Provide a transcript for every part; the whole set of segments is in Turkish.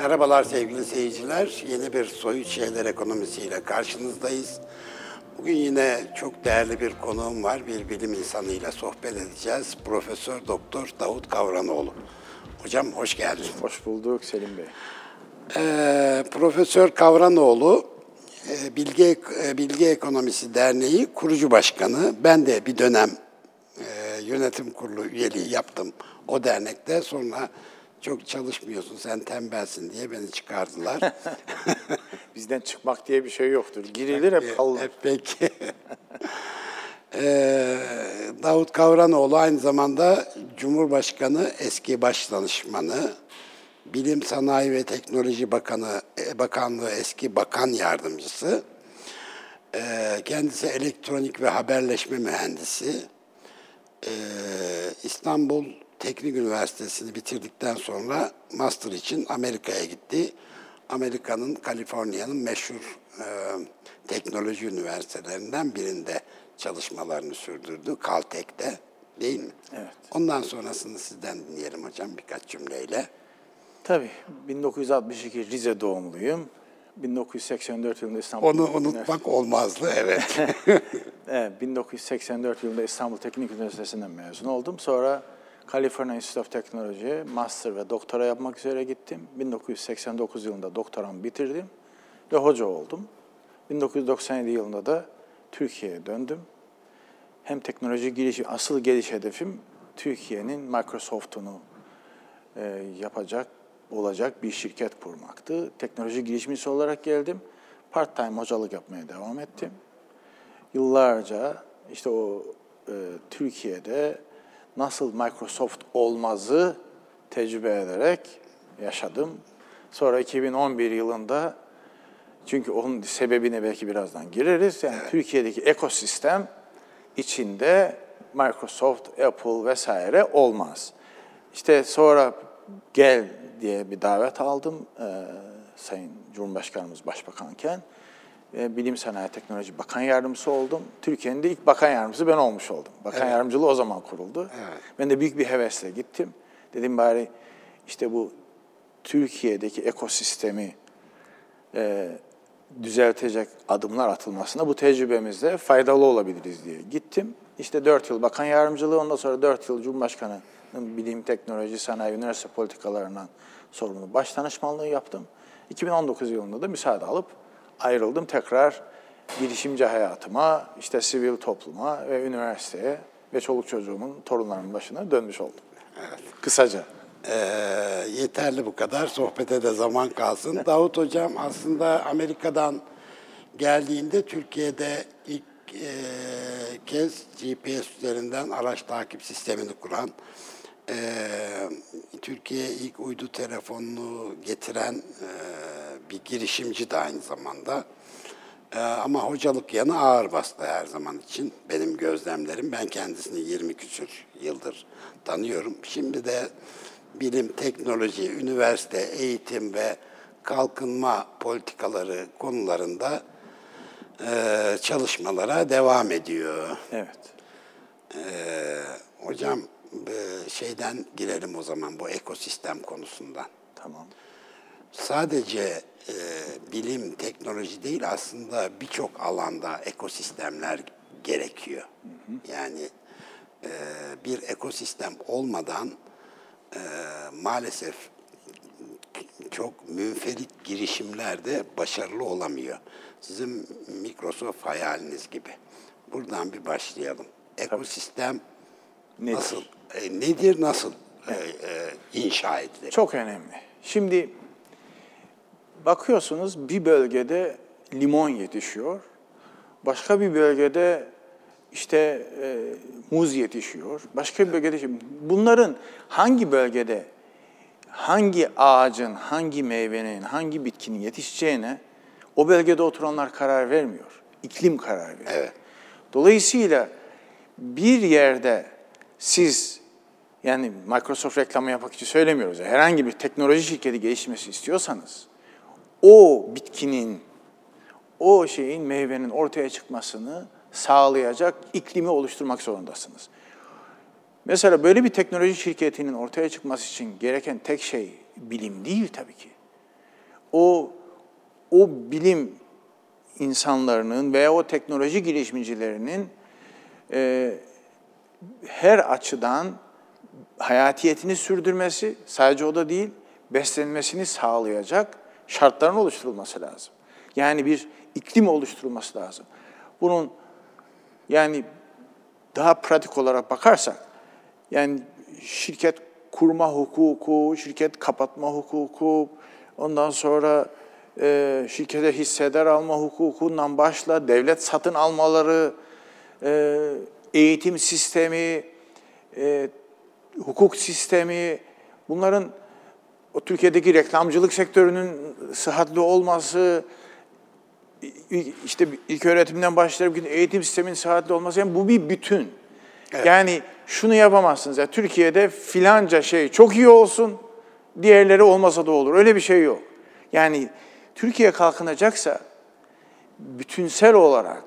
Merhabalar sevgili seyirciler. Yeni bir Soyut Şeyler Ekonomisiyle karşınızdayız. Bugün yine çok değerli bir konuğum var. Bir bilim insanıyla sohbet edeceğiz. Profesör Doktor Davut Kavranoğlu. Hocam hoş geldin. Hoş bulduk Selim Bey. Profesör Kavranoğlu, Bilgi Ekonomisi Derneği kurucu başkanı. Ben de bir dönem yönetim kurulu üyeliği yaptım o dernekte. Sonra çok çalışmıyorsun, sen tembelsin diye beni çıkardılar. Bizden çıkmak diye bir şey yoktur. Girilir hep kalır. Hep peki. Davut Kavranoğlu aynı zamanda Cumhurbaşkanı eski Başdanışmanı, Bilim, Sanayi ve Teknoloji Bakanlığı eski Bakan Yardımcısı. Kendisi elektronik ve haberleşme mühendisi. İstanbul Teknik Üniversitesi'ni bitirdikten sonra master için Amerika'ya gitti. Amerika'nın, Kaliforniya'nın meşhur teknoloji üniversitelerinden birinde çalışmalarını sürdürdü. Caltech'te, değil mi? Evet. Ondan sonrasını sizden dinleyelim hocam birkaç cümleyle. Tabii. 1962 Rize doğumluyum. 1984 yılında İstanbul... Onu unutmak olmazdı, evet. Evet, 1984 yılında İstanbul Teknik Üniversitesi'nden mezun oldum. Sonra California Institute of Technology'ye master ve doktora yapmak üzere gittim. 1989 yılında doktoramı bitirdim ve hoca oldum. 1997 yılında da Türkiye'ye döndüm. Hem teknoloji girişi, asıl geliş hedefim Türkiye'nin Microsoft'unu olacak bir şirket kurmaktı. Teknoloji girişimcisi olarak geldim. Part-time hocalık yapmaya devam ettim. Yıllarca işte o Türkiye'de nasıl Microsoft olmazı tecrübe ederek yaşadım. Sonra 2011 yılında, çünkü onun sebebine belki birazdan gireriz. Yani evet. Türkiye'deki ekosistem içinde Microsoft, Apple vesaire olmaz. İşte sonra gel diye bir davet aldım Sayın Cumhurbaşkanımız Başbakanken. Bilim, Sanayi, Teknoloji Bakan Yardımcısı oldum. Türkiye'nin de ilk bakan yardımcısı ben olmuş oldum. Bakan evet. Yardımcılığı o zaman kuruldu. Evet. Ben de büyük bir hevesle gittim. Dedim bari işte bu Türkiye'deki ekosistemi düzeltecek adımlar atılmasına bu tecrübemizle faydalı olabiliriz diye gittim. İşte 4 yıl bakan yardımcılığı, ondan sonra 4 yıl Cumhurbaşkanı'nın bilim, teknoloji, sanayi, üniversite politikalarından sorumlu başdanışmanlığı yaptım. 2019 yılında da müsaade alıp ayrıldım. Tekrar girişimci hayatıma, işte sivil topluma ve üniversiteye ve çoluk çocuğumun, torunlarımın başına dönmüş oldum. Evet. Kısaca. Yeterli bu kadar. Sohbete de zaman kalsın. Davut Hocam aslında Amerika'dan geldiğinde Türkiye'de ilk kez GPS üzerinden araç takip sistemini kuran, Türkiye'ye ilk uydu telefonunu getiren bir girişimci de aynı zamanda. Ama hocalık yanı ağır bastı her zaman için. Benim gözlemlerim. Ben kendisini 20 küsur yıldır tanıyorum. Şimdi de bilim, teknoloji, üniversite, eğitim ve kalkınma politikaları konularında çalışmalara devam ediyor. Evet. Hocam şeyden girelim o zaman, bu ekosistem konusundan. Tamam. Sadece bilim, teknoloji değil, aslında birçok alanda ekosistemler gerekiyor. Hı hı. Yani bir ekosistem olmadan maalesef çok münferit girişimler de başarılı olamıyor. Sizin Microsoft hayaliniz gibi. Buradan bir başlayalım. Ekosistem nedir? Nasıl? Nedir, nasıl inşa edilir? Çok önemli. Şimdi bakıyorsunuz bir bölgede limon yetişiyor, başka bir bölgede işte muz yetişiyor, başka bir bölgede... Bunların hangi bölgede, hangi ağacın, hangi meyvenin, hangi bitkinin yetişeceğine o bölgede oturanlar karar vermiyor. İklim karar veriyor. Evet. Dolayısıyla bir yerde siz, yani Microsoft reklamı yapmak için söylemiyoruz. Herhangi bir teknoloji şirketi gelişmesi istiyorsanız, o bitkinin, o şeyin, meyvenin ortaya çıkmasını sağlayacak iklimi oluşturmak zorundasınız. Mesela böyle bir teknoloji şirketinin ortaya çıkması için gereken tek şey bilim değil tabii ki. o bilim insanlarının veya o teknoloji girişimcilerinin her açıdan hayatiyetini sürdürmesi, sadece o da değil, beslenmesini sağlayacak şartların oluşturulması lazım. Yani bir iklim oluşturulması lazım. Bunun yani daha pratik olarak bakarsak, yani şirket kurma hukuku, şirket kapatma hukuku, ondan sonra şirkete hissedar alma hukukundan başla, devlet satın almaları, eğitim sistemi, hukuk sistemi, bunların o Türkiye'deki reklamcılık sektörünün sıhhatli olması, işte ilk öğretimden başlayıp eğitim sisteminin sıhhatli olması, yani bu bir bütün. Evet. Yani şunu yapamazsınız. Yani Türkiye'de filanca şey çok iyi olsun, diğerleri olmasa da olur. Öyle bir şey yok. Yani Türkiye kalkınacaksa bütünsel olarak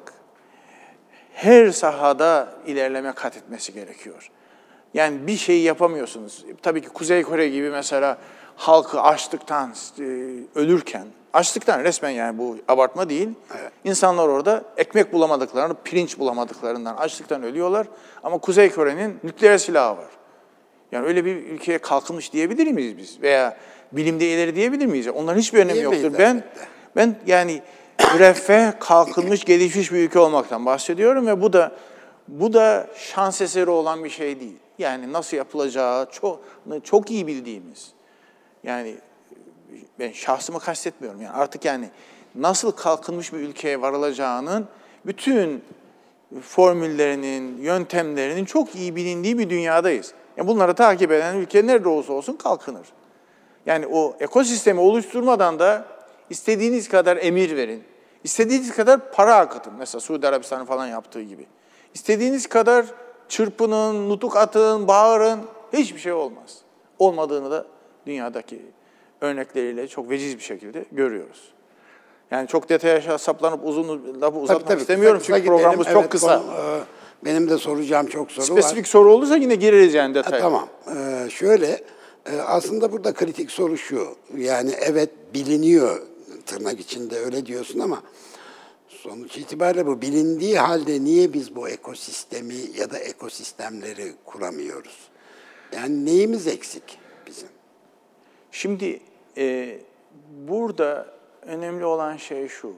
her sahada ilerleme kat etmesi gerekiyor. Yani bir şeyi yapamıyorsunuz. Tabii ki Kuzey Kore gibi mesela halkı açlıktan ölürken, açlıktan resmen, yani bu abartma değil. Evet. İnsanlar orada ekmek bulamadıklarını, pirinç bulamadıklarından açlıktan ölüyorlar. Ama Kuzey Kore'nin nükleer silahı var. Yani öyle bir ülkeye kalkınmış diyebilir miyiz biz? Veya bilimde ileri diyebilir miyiz? Onların hiçbir önemi yoktur. Ben yani müreffeh, kalkınmış, gelişmiş bir ülke olmaktan bahsediyorum ve bu da şans eseri olan bir şey değil. Yani nasıl yapılacağı çok iyi bildiğimiz. Yani ben şahsımı kastetmiyorum. Yani artık yani nasıl kalkınmış bir ülkeye varılacağının bütün formüllerinin, yöntemlerinin çok iyi bilindiği bir dünyadayız. Yani bunları takip eden ülke nerede olsa olsun kalkınır. Yani o ekosistemi oluşturmadan da istediğiniz kadar emir verin, istediğiniz kadar para akıtın. Mesela Suudi Arabistan'ın falan yaptığı gibi. İstediğiniz kadar çırpının, nutuk atın, bağırın, hiçbir şey olmaz. Olmadığını da dünyadaki örnekleriyle çok veciz bir şekilde görüyoruz. Yani çok detaya saplanıp lafı uzatmak istemiyorum çünkü programımız çok kısa. Benim de soracağım çok soru var. Spesifik soru olursa yine gireriz yani detaya. Tamam. Aslında burada kritik soru şu. Yani evet biliniyor, tırnak içinde öyle diyorsun ama sonuç itibariyle bu bilindiği halde niye biz bu ekosistemi ya da ekosistemleri kuramıyoruz? Yani neyimiz eksik bizim? Şimdi burada önemli olan şey şu.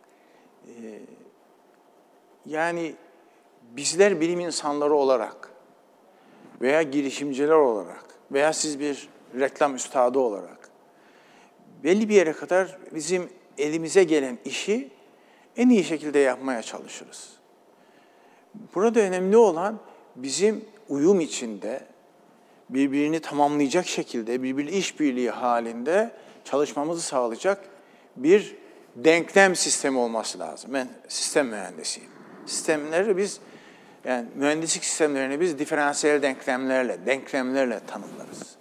Yani bizler bilim insanları olarak veya girişimciler olarak veya siz bir reklam üstadı olarak belli bir yere kadar bizim elimize gelen işi en iyi şekilde yapmaya çalışırız. Burada önemli olan bizim uyum içinde birbirini tamamlayacak şekilde, birbiriyle işbirliği halinde çalışmamızı sağlayacak bir denklem sistemi olması lazım. Ben sistem mühendisiyim. Sistemleri biz, yani mühendislik sistemlerini biz diferansiyel denklemlerle tanımlarız.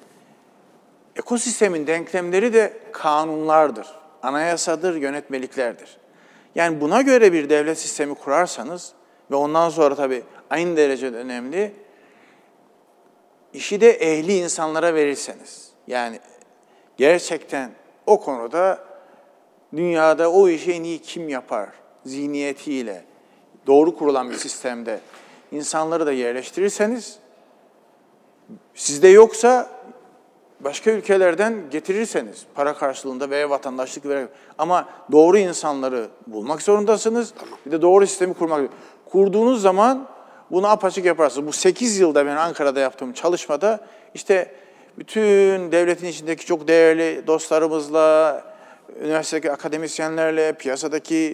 Ekosistemin denklemleri de kanunlardır, anayasadır, yönetmeliklerdir. Yani buna göre bir devlet sistemi kurarsanız ve ondan sonra tabii aynı derecede önemli, işi de ehli insanlara verirseniz, yani gerçekten o konuda dünyada o işi en iyi kim yapar zihniyetiyle doğru kurulan bir sistemde insanları da yerleştirirseniz, sizde yoksa başka ülkelerden getirirseniz para karşılığında veya vatandaşlık vererek, ama doğru insanları bulmak zorundasınız. Bir de doğru sistemi kurduğunuz zaman bunu apaçık yaparsınız. Bu 8 yılda ben Ankara'da yaptığım çalışmada işte bütün devletin içindeki çok değerli dostlarımızla, üniversitedeki akademisyenlerle, piyasadaki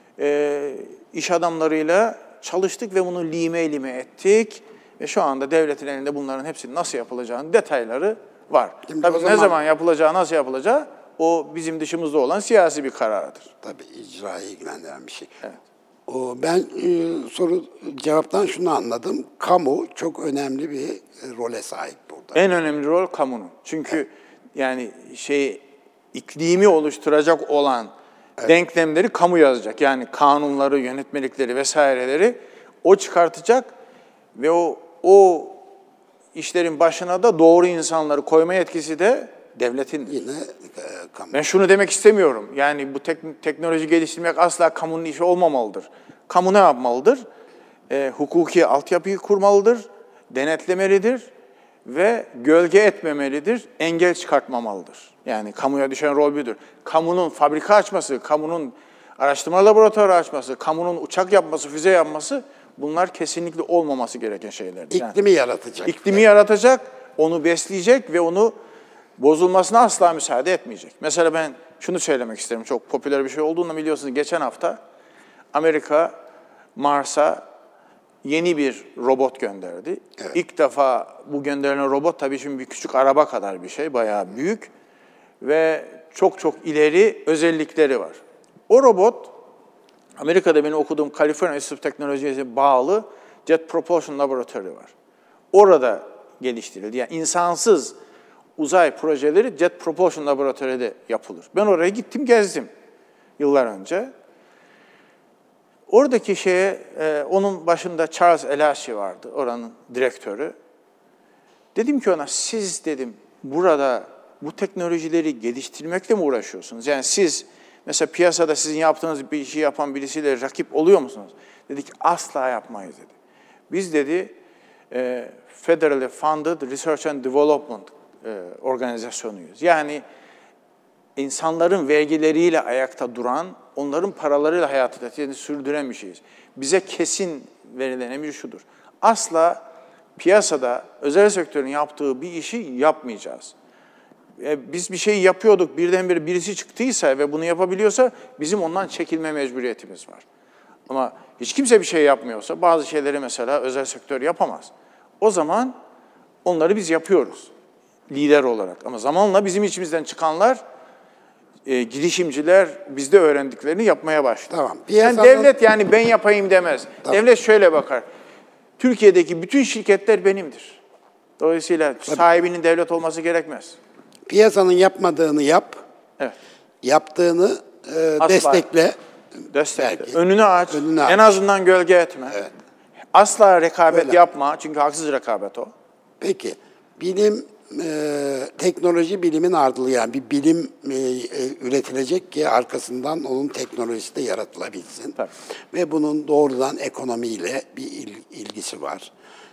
iş adamlarıyla çalıştık ve bunu lime ettik. Ve şu anda devletin elinde bunların hepsinin nasıl yapılacağının detayları var. Şimdi tabii ne zaman yapılacağı, nasıl yapılacağı o bizim dışımızda olan siyasi bir karardır. Tabii icrayı ilgilendiren bir şey. Evet. Ben cevaptan şunu anladım. Kamu çok önemli bir role sahip burada. En önemli rol kamunun. Çünkü yani iklimi oluşturacak olan denklemleri kamu yazacak. Yani kanunları, yönetmelikleri vesaireleri o çıkartacak ve o işlerin başına da doğru insanları koyma yetkisi de devletin. Yine kamu. Ben şunu demek istemiyorum. Yani bu teknoloji geliştirmek asla kamunun işi olmamalıdır. Kamu ne yapmalıdır? Hukuki altyapıyı kurmalıdır, denetlemelidir ve gölge etmemelidir, engel çıkartmamalıdır. Yani kamuya düşen rol budur. Kamunun fabrika açması, kamunun araştırma laboratuvarı açması, kamunun uçak yapması, füze yapması bunlar kesinlikle olmaması gereken şeylerdir. İklimi yaratacak. İklimi yaratacak, onu besleyecek ve onu bozulmasına asla müsaade etmeyecek. Mesela ben şunu söylemek isterim, çok popüler bir şey olduğunu biliyorsunuz. Geçen hafta Amerika Mars'a yeni bir robot gönderdi. Evet. İlk defa bu gönderilen robot tabii şimdi bir küçük araba kadar bir şey, bayağı büyük ve çok çok ileri özellikleri var. O robot, Amerika'da benim okuduğum California Institute of Technology'ye bağlı Jet Propulsion Laboratory var. Orada geliştirildi. Yani insansız uzay projeleri Jet Propulsion Laboratory'de yapılır. Ben oraya gittim, gezdim yıllar önce. Oradaki onun başında Charles Elashi vardı, oranın direktörü. Dedim ki ona, siz dedim burada bu teknolojileri geliştirmekle mi uğraşıyorsunuz? Yani siz mesela piyasada sizin yaptığınız bir işi yapan birisiyle rakip oluyor musunuz? Dedi ki asla yapmayız dedi. Biz dedi Federally Funded Research and Development organizasyonuyuz. Yani insanların vergileriyle ayakta duran, onların paralarıyla hayatı sürdüren bir şeyiz. Bize kesin verilen emir şudur. Asla piyasada özel sektörün yaptığı bir işi yapmayacağız. Biz bir şey yapıyorduk, birdenbire birisi çıktıysa ve bunu yapabiliyorsa bizim ondan çekilme mecburiyetimiz var. Ama hiç kimse bir şey yapmıyorsa bazı şeyleri mesela özel sektör yapamaz. O zaman onları biz yapıyoruz lider olarak. Ama zamanla bizim içimizden çıkanlar, girişimciler bizde öğrendiklerini yapmaya başlıyor. Tamam. Yani devlet yani ben yapayım demez. Tamam. Devlet şöyle bakar. Türkiye'deki bütün şirketler benimdir. Dolayısıyla sahibinin devlet olması gerekmez. Piyasanın yapmadığını yap. Evet. Yaptığını Asla. destekle. Destekle. Belki. Önünü aç. Önünü aç. En azından gölge etme. Evet. Asla rekabet Öyle. yapma. Çünkü haksız rekabet o. Peki, teknoloji bilimin ardılı, yani bir bilim üretilecek ki arkasından onun teknolojisi de yaratılabilsin. Tabii. Ve bunun doğrudan ekonomiyle bir ilgisi var.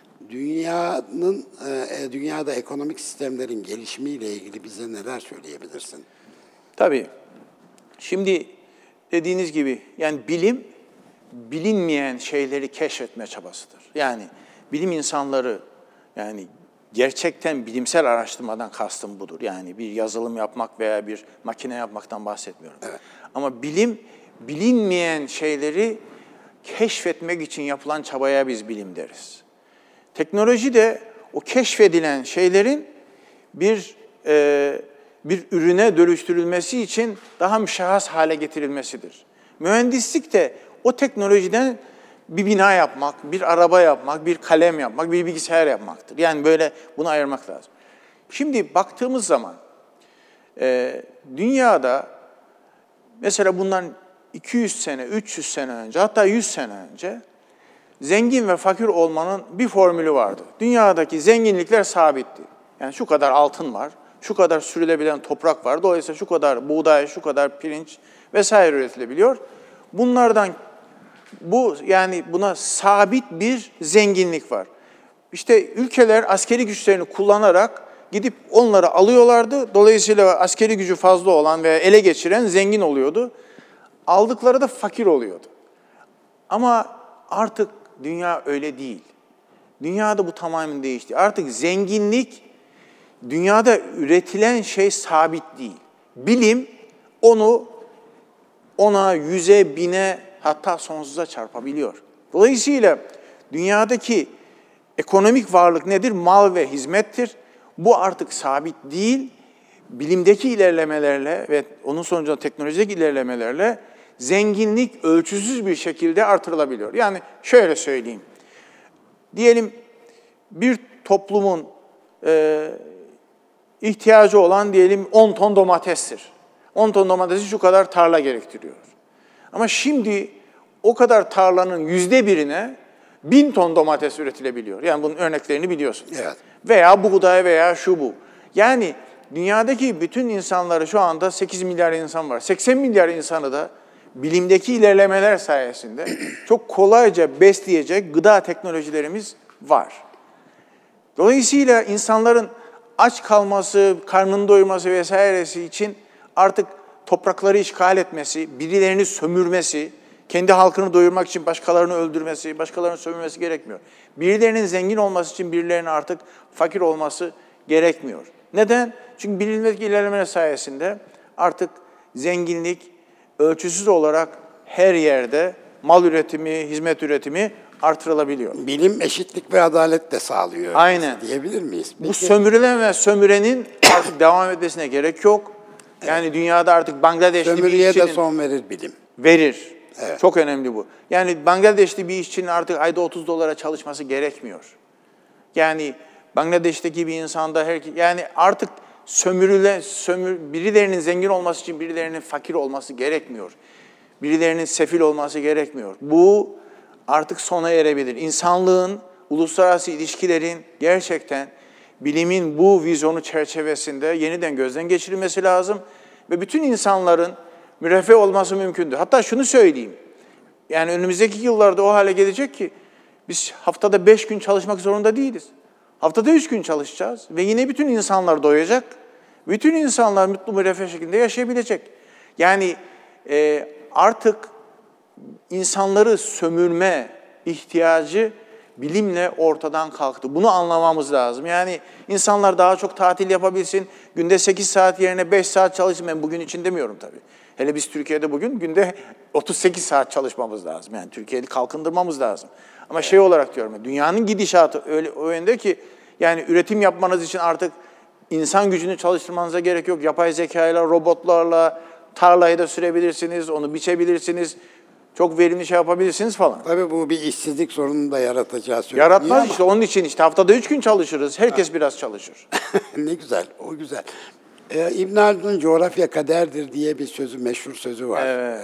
Dünyada ekonomik sistemlerin gelişimiyle ilgili bize neler söyleyebilirsin? Tabii. Şimdi dediğiniz gibi yani bilim, bilinmeyen şeyleri keşfetme çabasıdır. Yani bilim insanları, yani gerçekten bilimsel araştırmadan kastım budur. Yani bir yazılım yapmak veya bir makine yapmaktan bahsetmiyorum. Evet. Ama bilim, bilinmeyen şeyleri keşfetmek için yapılan çabaya biz bilim deriz. Teknoloji de o keşfedilen şeylerin bir ürüne dönüştürülmesi için daha müşahhas hale getirilmesidir. Mühendislik de o teknolojiden bir bina yapmak, bir araba yapmak, bir kalem yapmak, bir bilgisayar yapmaktır. Yani böyle bunu ayırmak lazım. Şimdi baktığımız zaman dünyada mesela bundan 200 sene, 300 sene önce, hatta 100 sene önce zengin ve fakir olmanın bir formülü vardı. Dünyadaki zenginlikler sabitti. Yani şu kadar altın var, şu kadar sürülebilen toprak var. Dolayısıyla şu kadar buğday, şu kadar pirinç vesaire üretilebiliyor. Bunlardan yani buna sabit bir zenginlik var. İşte ülkeler askeri güçlerini kullanarak gidip onları alıyorlardı. Dolayısıyla askeri gücü fazla olan veya ele geçiren zengin oluyordu. Aldıkları da fakir oluyordu. Ama artık dünya öyle değil. Dünyada bu tamamen değişti. Artık zenginlik, dünyada üretilen şey sabit değil. Bilim ona 100'e, 1000'e hatta sonsuza çarpabiliyor. Dolayısıyla dünyadaki ekonomik varlık nedir? Mal ve hizmettir. Bu artık sabit değil. Bilimdeki ilerlemelerle ve onun sonucunda teknolojik ilerlemelerle zenginlik ölçüsüz bir şekilde artırılabiliyor. Yani şöyle söyleyeyim. Diyelim bir toplumun ihtiyacı olan diyelim 10 ton domatestir. 10 ton domatesi şu kadar tarla gerektiriyor. Ama şimdi o kadar tarlanın %1'ine 1000 ton domates üretilebiliyor. Yani bunun örneklerini biliyorsunuz. Evet. Veya buğday veya şu bu. Yani dünyadaki bütün insanları şu anda 8 milyar insan var. 80 milyar insanı da bilimdeki ilerlemeler sayesinde çok kolayca besleyecek gıda teknolojilerimiz var. Dolayısıyla insanların aç kalması, karnını doyurması vesairesi için artık toprakları işgal etmesi, birilerini sömürmesi, kendi halkını doyurmak için başkalarını öldürmesi, başkalarını sömürmesi gerekmiyor. Birilerinin zengin olması için birilerinin artık fakir olması gerekmiyor. Neden? Çünkü bilimdeki ilerlemeler sayesinde artık zenginlik ölçüsüz olarak her yerde mal üretimi, hizmet üretimi artırılabiliyor. Bilim eşitlik ve adalet de sağlıyor. Aynen. Diyebilir miyiz? Bu sömürülen ve sömürenin artık devam etmesine gerek yok. Yani dünyada artık Bangladeşli bir Sömürüye işçinin... de son verir bilim. Verir. Evet. Çok önemli bu. Yani Bangladeşli bir işçinin artık ayda 30 dolara çalışması gerekmiyor. Yani Bangladeş'teki bir insanda yani artık birilerinin zengin olması için birilerinin fakir olması gerekmiyor. Birilerinin sefil olması gerekmiyor. Bu artık sona erebilir. İnsanlığın, uluslararası ilişkilerin gerçekten bilimin bu vizyonu çerçevesinde yeniden gözden geçirilmesi lazım. Ve bütün insanların müreffeh olması mümkündür. Hatta şunu söyleyeyim. Yani önümüzdeki yıllarda o hale gelecek ki biz haftada 5 gün çalışmak zorunda değiliz. Haftada 3 gün çalışacağız ve yine bütün insanlar doyacak. Bütün insanlar mutlu müreffeh şekilde yaşayabilecek. Yani artık insanları sömürme ihtiyacı bilimle ortadan kalktı. Bunu anlamamız lazım. Yani insanlar daha çok tatil yapabilsin, günde 8 saat yerine 5 saat çalışsın. Ben bugün için demiyorum tabii. Hele biz Türkiye'de bugün günde 38 saat çalışmamız lazım. Yani Türkiye'yi kalkındırmamız lazım. Ama şey olarak diyorum, dünyanın gidişatı öyle o yönde ki yani üretim yapmanız için artık insan gücünü çalıştırmanıza gerek yok. Yapay zekayla, robotlarla tarlayı da sürebilirsiniz, onu biçebilirsiniz. Çok verimli şey yapabilirsiniz falan. Tabii bu bir işsizlik sorununu da yaratacağı söyleniyor. Yaratmaz işte, onun için işte haftada 3 gün çalışırız. Herkes biraz çalışır. Ne güzel, o güzel. İbn Haldun'un coğrafya kaderdir diye bir sözü, meşhur sözü var. Evet.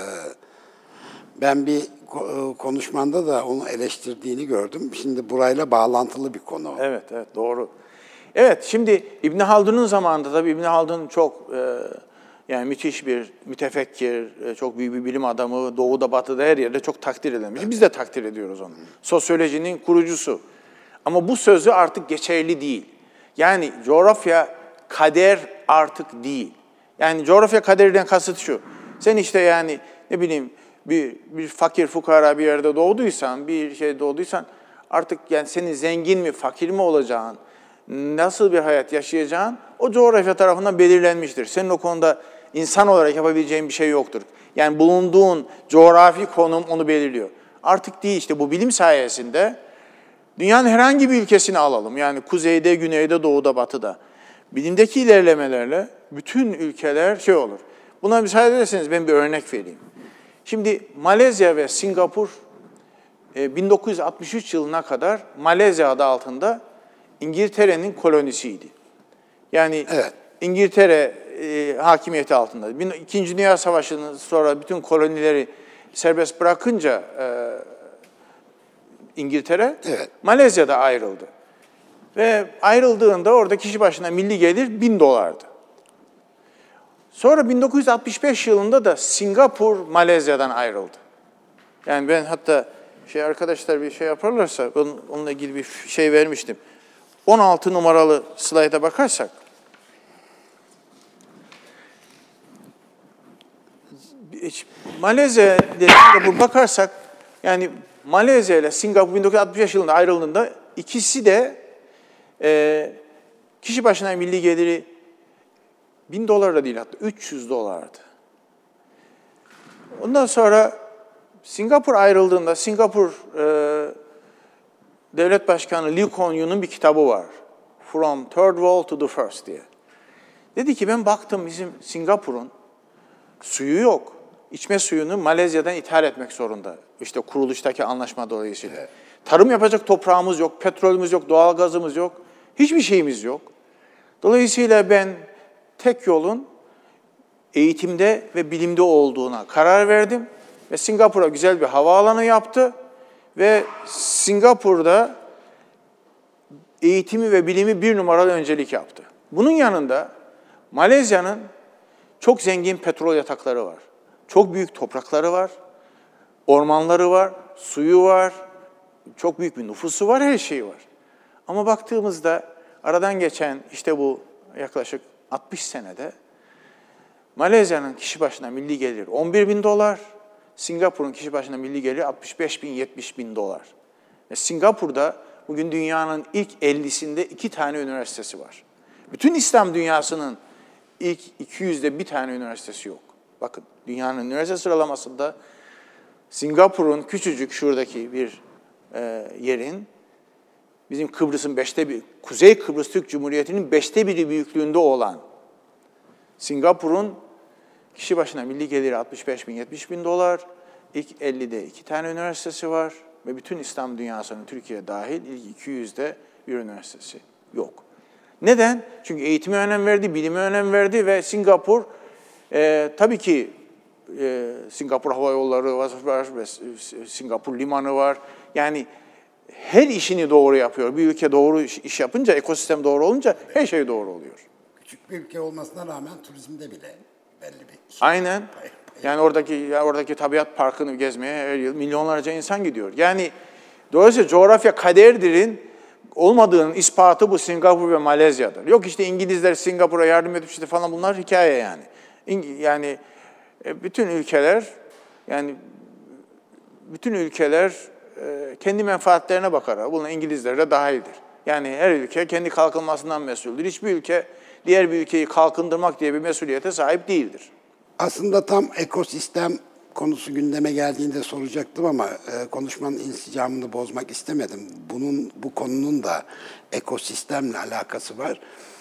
Ben bir konuşmanda da onu eleştirdiğini gördüm. Şimdi burayla bağlantılı bir konu. Evet, doğru. Evet, şimdi İbn Haldun'un zamanında tabii İbn Haldun çok yani müthiş bir mütefekkir, çok büyük bir bilim adamı, doğuda, batıda her yerde çok takdir edilmiş. Biz de takdir ediyoruz onu. Sosyolojinin kurucusu. Ama bu sözü artık geçerli değil. Yani coğrafya kader artık değil. Yani coğrafya kaderden kasıt şu. Sen işte yani ne bileyim bir fakir fukara bir yerde doğduysan, bir şey doğduysan artık yani senin zengin mi, fakir mi olacağın, nasıl bir hayat yaşayacağın o coğrafya tarafından belirlenmiştir. Senin o konuda insan olarak yapabileceğin bir şey yoktur. Yani bulunduğun coğrafi konum onu belirliyor. Artık değil işte bu bilim sayesinde dünyanın herhangi bir ülkesini alalım. Yani kuzeyde, güneyde, doğuda, batıda. Bilimdeki ilerlemelerle bütün ülkeler şey olur. Buna müsaade ederseniz ben bir örnek vereyim. Şimdi Malezya ve Singapur 1963 yılına kadar Malezya adı altında İngiltere'nin kolonisiydi. Yani evet. İngiltere hakimiyeti altında. İkinci Dünya Savaşı'ndan sonra bütün kolonileri serbest bırakınca İngiltere, evet. Malezya'da ayrıldı. Ve ayrıldığında orada kişi başına milli gelir $1000'dı. Sonra 1965 yılında da Singapur Malezya'dan ayrıldı. Yani ben hatta arkadaşlar bir şey yaparlarsa onunla ilgili bir şey vermiştim. 16 numaralı slayda bakarsak Malezya ile Singapur bakarsak yani Malezya ile Singapur 1965 yılında ayrıldığında ikisi de kişi başına milli geliri $1000 da değil hatta $300'dı. Ondan sonra Singapur ayrıldığında Singapur Devlet Başkanı Lee Kuan Yew'nun bir kitabı var. From Third World to the First diye. Dedi ki ben baktım bizim Singapur'un suyu yok. İçme suyunu Malezya'dan ithal etmek zorunda. İşte kuruluştaki anlaşma dolayısıyla. Evet. Tarım yapacak toprağımız yok, petrolümüz yok, doğalgazımız yok. Hiçbir şeyimiz yok. Dolayısıyla ben tek yolun eğitimde ve bilimde olduğuna karar verdim. Ve Singapur'a güzel bir havaalanı yaptı. Ve Singapur'da eğitimi ve bilimi 1 numaralı öncelik yaptı. Bunun yanında Malezya'nın çok zengin petrol yatakları var. Çok büyük toprakları var. Ormanları var, suyu var. Çok büyük bir nüfusu var, her şeyi var. Ama baktığımızda aradan geçen işte bu yaklaşık 60 senede Malezya'nın kişi başına milli geliri 11 bin dolar, Singapur'un kişi başına milli geliri 65 bin, 70 bin dolar. Ve Singapur'da bugün dünyanın ilk 50'sinde 2 tane üniversitesi var. Bütün İslam dünyasının ilk 200'de bir tane üniversitesi yok. Bakın dünyanın üniversite sıralamasında Singapur'un küçücük şuradaki bir yerin, bizim Kıbrıs'ın Kuzey Kıbrıs Türk Cumhuriyeti'nin 1/5 büyüklüğünde olan Singapur'un kişi başına milli geliri 65 bin, 70 bin dolar. İlk 50'de 2 tane üniversitesi var ve bütün İslam dünyasının Türkiye dahil ilk 200'de bir üniversitesi yok. Neden? Çünkü eğitime önem verdi, bilime önem verdi ve Singapur tabii ki Singapur Hava Yolları var ve Singapur Limanı var. Yani her işini doğru yapıyor. Bir ülke doğru iş yapınca, ekosistem doğru olunca her şey doğru oluyor. Küçük bir ülke olmasına rağmen turizmde bile belli bir şey. Aynen. Yani oradaki tabiat parkını gezmeye her yıl milyonlarca insan gidiyor. Yani dolayısıyla coğrafya kaderdirin olmadığının ispatı bu Singapur ve Malezya'dır. Yok işte İngilizler Singapur'a yardım etmişti falan, bunlar hikaye yani. Yani bütün ülkeler kendi menfaatlerine bakar. Bunun İngilizler de dahildir. Yani her ülke kendi kalkınmasından mesuldür. Hiçbir ülke diğer bir ülkeyi kalkındırmak diye bir mesuliyete sahip değildir. Aslında tam ekosistem konusu gündeme geldiğinde soracaktım ama konuşmanın insicamını bozmak istemedim. Bu konunun da ekosistemle alakası var.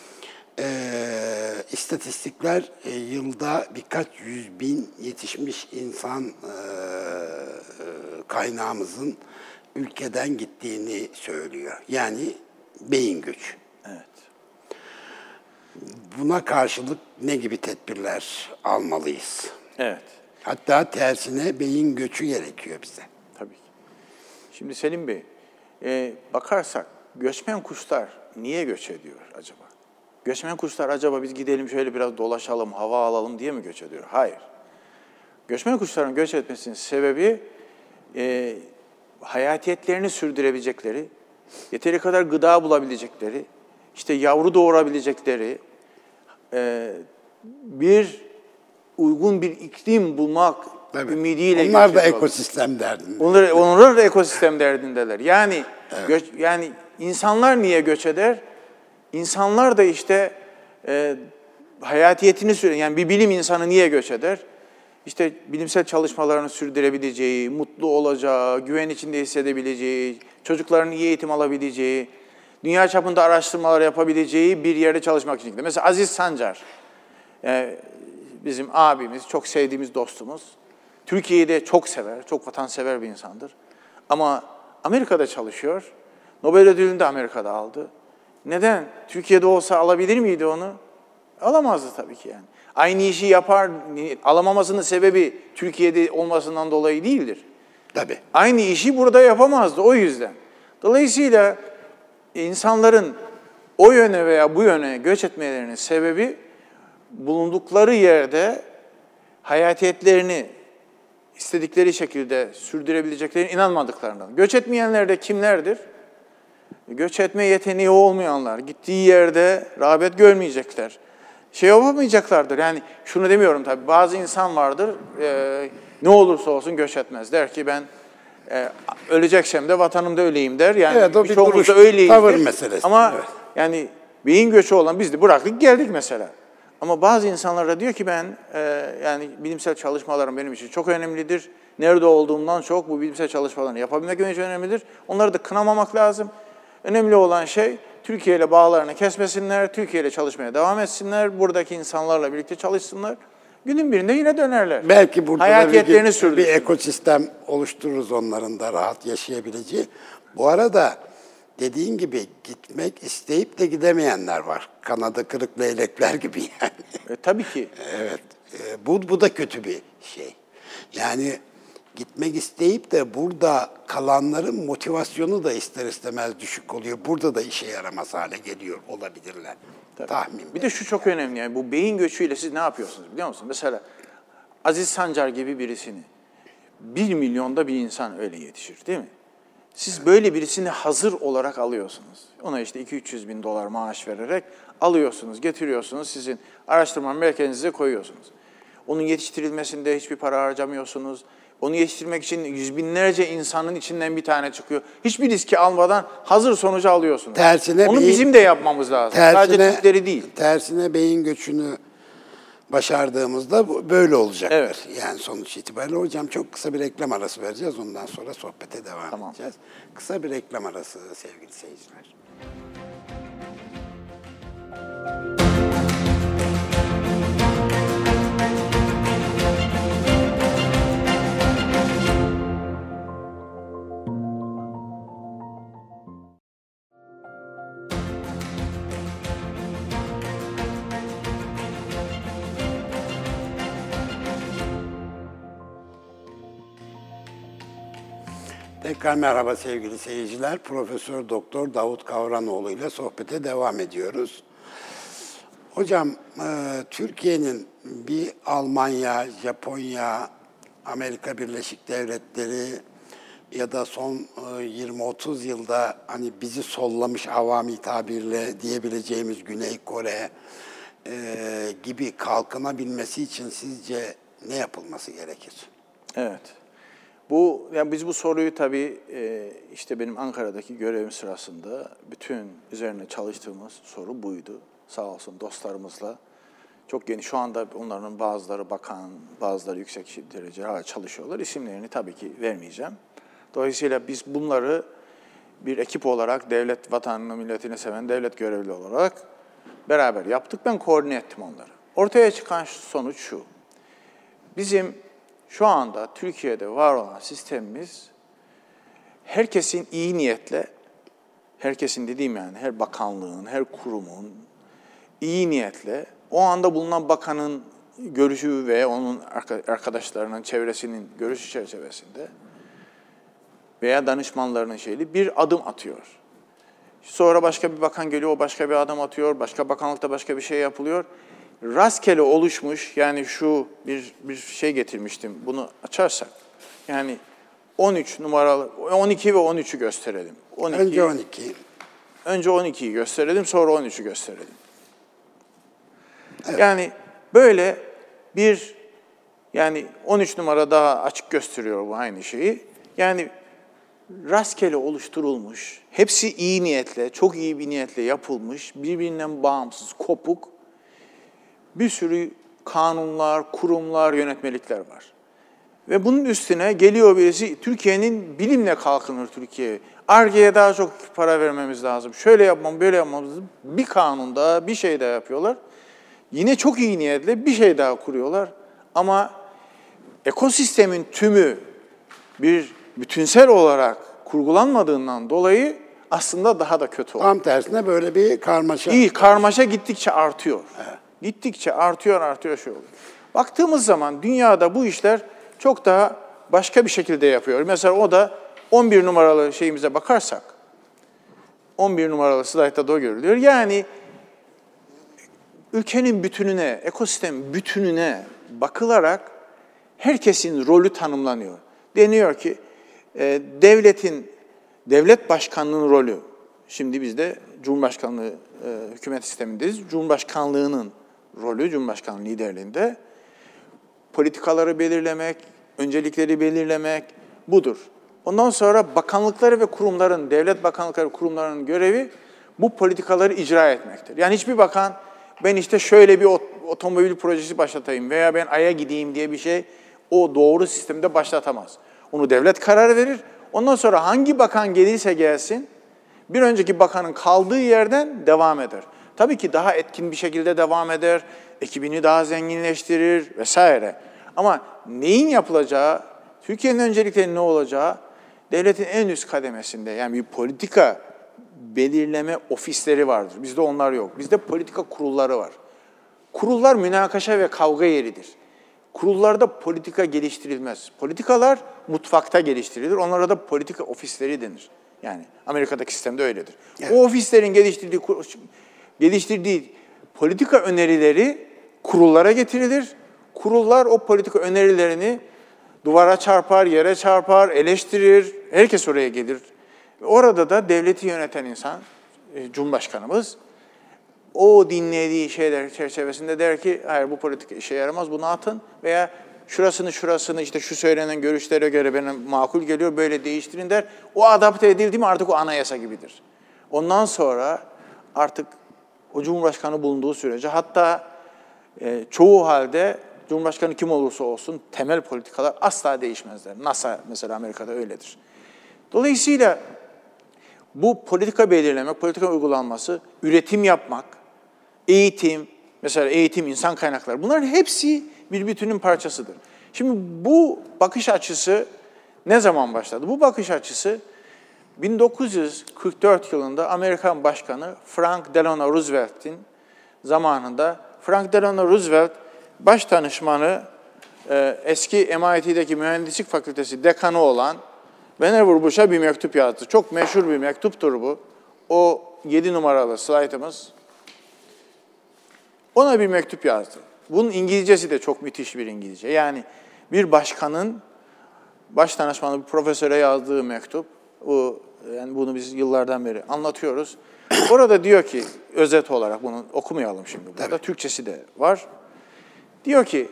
İstatistikler yılda birkaç 100 bin yetişmiş insan kaynağımızın ülkeden gittiğini söylüyor. Yani beyin göçü. Evet. Buna karşılık ne gibi tedbirler almalıyız? Evet. Hatta tersine beyin göçü gerekiyor bize. Tabii ki. Şimdi Selim Bey, bakarsak göçmen kuşlar niye göç ediyor acaba? Göçmen kuşlar acaba biz gidelim şöyle biraz dolaşalım, hava alalım diye mi göç ediyor? Hayır. Göçmen kuşların göç etmesinin sebebi hayatiyetlerini sürdürebilecekleri, yeteri kadar gıda bulabilecekleri, işte yavru doğurabilecekleri, uygun bir iklim bulmak ümidiyle. Onlar da ekosistem derdinde. Onlar da ekosistem derdindeler. Yani evet. Yani insanlar niye göç eder? İnsanlar da işte hayatiyetini yani bir bilim insanı niye göç eder? İşte bilimsel çalışmalarını sürdürebileceği, mutlu olacağı, güven içinde hissedebileceği, çocukların iyi eğitim alabileceği, dünya çapında araştırmalar yapabileceği bir yerde çalışmak için. Mesela Aziz Sancar, bizim abimiz, çok sevdiğimiz dostumuz. Türkiye'yi de çok sever, çok vatansever bir insandır. Ama Amerika'da çalışıyor. Nobel ödülünü de Amerika'da aldı. Neden? Türkiye'de olsa alabilir miydi onu? Alamazdı tabii ki yani. Aynı işi yapar, alamamasının sebebi Türkiye'de olmasından dolayı değildir. Tabii. Aynı işi burada yapamazdı o yüzden. Dolayısıyla insanların o yöne veya bu yöne göç etmelerinin sebebi bulundukları yerde hayatiyetlerini istedikleri şekilde sürdürebileceklerine inanmadıklarından. Göç etmeyenler de kimlerdir? Göç etme yeteneği olmayanlar, gittiği yerde rağbet görmeyecekler. Yapamayacaklardır. Yani şunu demiyorum tabii, bazı insan vardır, ne olursa olsun göç etmez. Der ki ben öleceksem de vatanımda öleyim der. Yani evet, o bir duruş, tavır meselesi. Ama evet. Yani beyin göçü olan biz de bıraktık geldik mesela. Ama bazı insanlar da diyor ki ben yani bilimsel çalışmalarım benim için çok önemlidir. Nerede olduğumdan çok bu bilimsel çalışmalarını yapabilmek için önemlidir. Onları da kınamamak lazım. Önemli olan şey Türkiye ile bağlarını kesmesinler, Türkiye ile çalışmaya devam etsinler, buradaki insanlarla birlikte çalışsınlar. Günün birinde yine dönerler. Belki burada hayatiyetlerini bir ekosistem oluştururuz onların da rahat yaşayabileceği. Bu arada dediğin gibi gitmek isteyip de gidemeyenler var. Kanadı kırık leylekler gibi yani. Tabii ki. Evet. Bu da kötü bir şey. Yani gitmek isteyip de burada kalanların motivasyonu da ister istemez düşük oluyor. Burada da işe yaramaz hale geliyor olabilirler. Tahmin. Bir de şu çok önemli, yani bu beyin göçüyle siz ne yapıyorsunuz biliyor musunuz? Mesela Aziz Sancar gibi birisini, 1 milyonda bir insan öyle yetişir değil mi? Siz böyle birisini hazır olarak alıyorsunuz. Ona işte 200-300 bin dolar maaş vererek alıyorsunuz, getiriyorsunuz, sizin araştırma merkezinize koyuyorsunuz. Onun yetiştirilmesinde hiçbir para harcamıyorsunuz. Onu yetiştirmek için yüz binlerce insanın içinden bir tane çıkıyor. Hiçbir riski almadan hazır sonucu alıyorsunuz. Onu bizim de yapmamız lazım. Sadece Türkleri değil. Tersine beyin göçünü başardığımızda böyle olacaktır. Evet. Yani sonuç itibariyle hocam çok kısa bir reklam arası vereceğiz. Ondan sonra sohbete devam edeceğiz. Kısa bir reklam arası sevgili seyirciler. Tekrar merhaba sevgili seyirciler. Profesör Doktor Davut Kavranoğlu ile sohbete devam ediyoruz. Hocam, Türkiye'nin bir Almanya, Japonya, Amerika Birleşik Devletleri ya da son 20-30 yılda hani bizi sollamış avami tabirle diyebileceğimiz Güney Kore gibi kalkınabilmesi için sizce ne yapılması gerekir? Evet. Yani biz bu soruyu tabii işte benim Ankara'daki görevim sırasında bütün üzerine çalıştığımız soru buydu. Sağ olsun dostlarımızla çok geniş. Şu anda onların bazıları bakan, bazıları yüksek derece hala çalışıyorlar. İsimlerini tabii ki vermeyeceğim. Dolayısıyla biz bunları bir ekip olarak devlet vatanını, milletini seven devlet görevli olarak beraber yaptık. Ben koordine ettim onları. Ortaya çıkan sonuç şu. Bizim şu anda Türkiye'de var olan sistemimiz herkesin iyi niyetle, herkesin dediğim yani her bakanlığın, her kurumun iyi niyetle o anda bulunan bakanın görüşü ve onun arkadaşlarının, çevresinin görüşü çerçevesinde veya danışmanlarının bir adım atıyor. Sonra başka bir bakan geliyor, o başka bir adım atıyor, başka bakanlıkta başka bir şey yapılıyor. Rastgele oluşmuş, yani şu bir şey getirmiştim, bunu açarsak, yani 13 numaralı, 12 ve 13'ü gösterelim. Önce 12. Önce 12'yi gösterelim, sonra 13'ü gösterelim. Evet. Yani böyle yani 13 numara daha açık gösteriyor bu aynı şeyi. Yani rastgele oluşturulmuş, hepsi iyi niyetle, çok iyi bir niyetle yapılmış, birbirinden bağımsız, kopuk bir sürü kanunlar, kurumlar, yönetmelikler var. Ve bunun üstüne geliyor birisi, Türkiye'nin bilimle kalkınır Türkiye. Ar-Ge'ye daha çok para vermemiz lazım. Şöyle yapmamız, böyle yapmamız lazım. Bir kanun daha, bir şey daha yapıyorlar. Yine çok iyi niyetle bir şey daha kuruyorlar. Ama ekosistemin tümü bir bütünsel olarak kurgulanmadığından dolayı aslında daha da kötü oluyor. Tam tersine böyle bir karmaşa. Karmaşa gittikçe artıyor. Evet. Gittikçe artıyor şey oluyor. Baktığımız zaman dünyada bu işler çok daha başka bir şekilde yapıyor. Mesela o da 11 numaralı şeyimize bakarsak, 11 numaralı slaytta da o görülüyor. Yani ülkenin bütününe, ekosistem bütününe bakılarak herkesin rolü tanımlanıyor. Deniyor ki devlet başkanlığının rolü, şimdi bizde Cumhurbaşkanlığı hükümet sistemindeyiz. Cumhurbaşkanlığının rolü, Cumhurbaşkanlığı liderliğinde politikaları belirlemek, öncelikleri belirlemek budur. Ondan sonra bakanlıkları ve kurumların, devlet bakanlıkları ve kurumlarının görevi bu politikaları icra etmektir. Yani hiçbir bakan ben işte şöyle bir otomobil projesi başlatayım veya ben Ay'a gideyim diye bir şey o doğru sistemde başlatamaz. Onu devlet karar verir. Ondan sonra hangi bakan gelirse gelsin bir önceki bakanın kaldığı yerden devam eder. Tabii ki daha etkin bir şekilde devam eder, ekibini daha zenginleştirir vesaire. Ama neyin yapılacağı, Türkiye'nin öncelikleri ne olacağı devletin en üst kademesinde, yani bir politika belirleme ofisleri vardır. Bizde onlar yok. Bizde politika kurulları var. Kurullar münakaşa ve kavga yeridir. Kurullarda politika geliştirilmez. Politikalar mutfakta geliştirilir. Onlara da politika ofisleri denir. Yani Amerika'daki sistemde öyledir. Evet. O ofislerin geliştirdiği politika önerileri kurullara getirilir. Kurullar o politika önerilerini duvara çarpar, yere çarpar, eleştirir. Herkes oraya gelir. Orada da devleti yöneten insan, Cumhurbaşkanımız, o dinlediği şeyler çerçevesinde der ki, hayır bu politika işe yaramaz, bunu atın veya şurasını işte şu söylenen görüşlere göre benim makul geliyor, böyle değiştirin der. O adapte edildi mi artık o anayasa gibidir. Ondan sonra artık o Cumhurbaşkanı bulunduğu sürece, hatta çoğu halde Cumhurbaşkanı kim olursa olsun temel politikalar asla değişmezler. NASA mesela Amerika'da öyledir. Dolayısıyla bu politika belirlemek, politika uygulanması, üretim yapmak, eğitim, mesela eğitim, insan kaynakları, bunların hepsi bir bütünün parçasıdır. Şimdi bu bakış açısı ne zaman başladı? Bu bakış açısı 1944 yılında Amerikan Başkanı Frank Delano Roosevelt'in zamanında, Frank Delano Roosevelt baş danışmanı, eski MIT'deki Mühendislik Fakültesi dekanı olan Vannevar Bush'a bir mektup yazdı. Çok meşhur bir mektuptur bu. O 7 numaralı slaytımız. Ona bir mektup yazdı. Bunun İngilizcesi de çok müthiş bir İngilizce. Yani bir başkanın baş danışmanı bir profesöre yazdığı mektup. Yani bunu biz yıllardan beri anlatıyoruz. Orada diyor ki, özet olarak bunu okumayalım şimdi burada. Evet. Türkçesi de var. Diyor ki,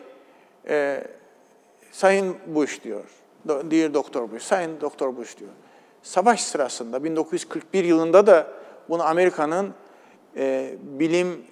Sayın Bush diyor, Dear Doktor Bush, Sayın Doktor Bush diyor. Savaş sırasında 1941 yılında da bunu Amerika'nın bilim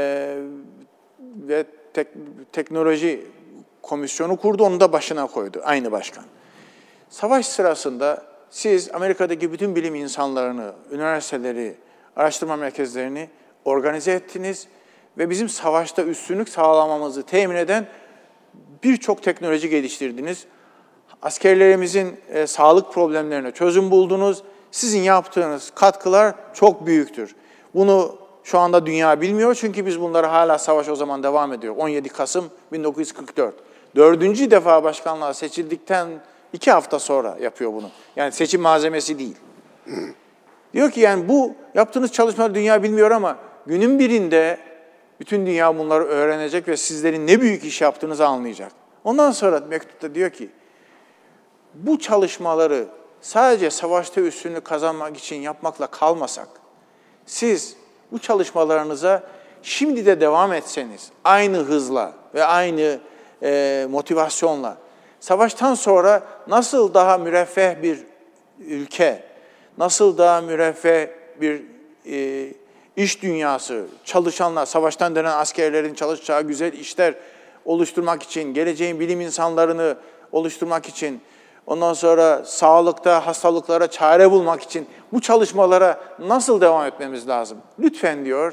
ve teknoloji komisyonu kurdu, onu da başına koydu aynı başkan. Savaş sırasında siz Amerika'daki bütün bilim insanlarını, üniversiteleri, araştırma merkezlerini organize ettiniz ve bizim savaşta üstünlük sağlamamızı temin eden birçok teknoloji geliştirdiniz. Askerlerimizin sağlık problemlerine çözüm buldunuz. Sizin yaptığınız katkılar çok büyüktür. Bunu şu anda dünya bilmiyor çünkü biz bunları hala savaş o zaman devam ediyor. 17 Kasım 1944. 4. defa başkanlığa seçildikten 2 hafta sonra yapıyor bunu. Yani seçim malzemesi değil. Diyor ki yani bu yaptığınız çalışmalar dünya bilmiyor ama günün birinde bütün dünya bunları öğrenecek ve sizlerin ne büyük iş yaptığınızı anlayacak. Ondan sonra mektupta diyor ki, bu çalışmaları sadece savaşta üstünlük kazanmak için yapmakla kalmasak, siz bu çalışmalarınıza şimdi de devam etseniz, aynı hızla ve aynı motivasyonla, savaştan sonra nasıl daha müreffeh bir ülke, nasıl daha müreffeh bir iş dünyası, çalışanlar, savaştan dönen askerlerin çalışacağı güzel işler oluşturmak için, geleceğin bilim insanlarını oluşturmak için, ondan sonra sağlıkta hastalıklara çare bulmak için bu çalışmalara nasıl devam etmemiz lazım? Lütfen diyor,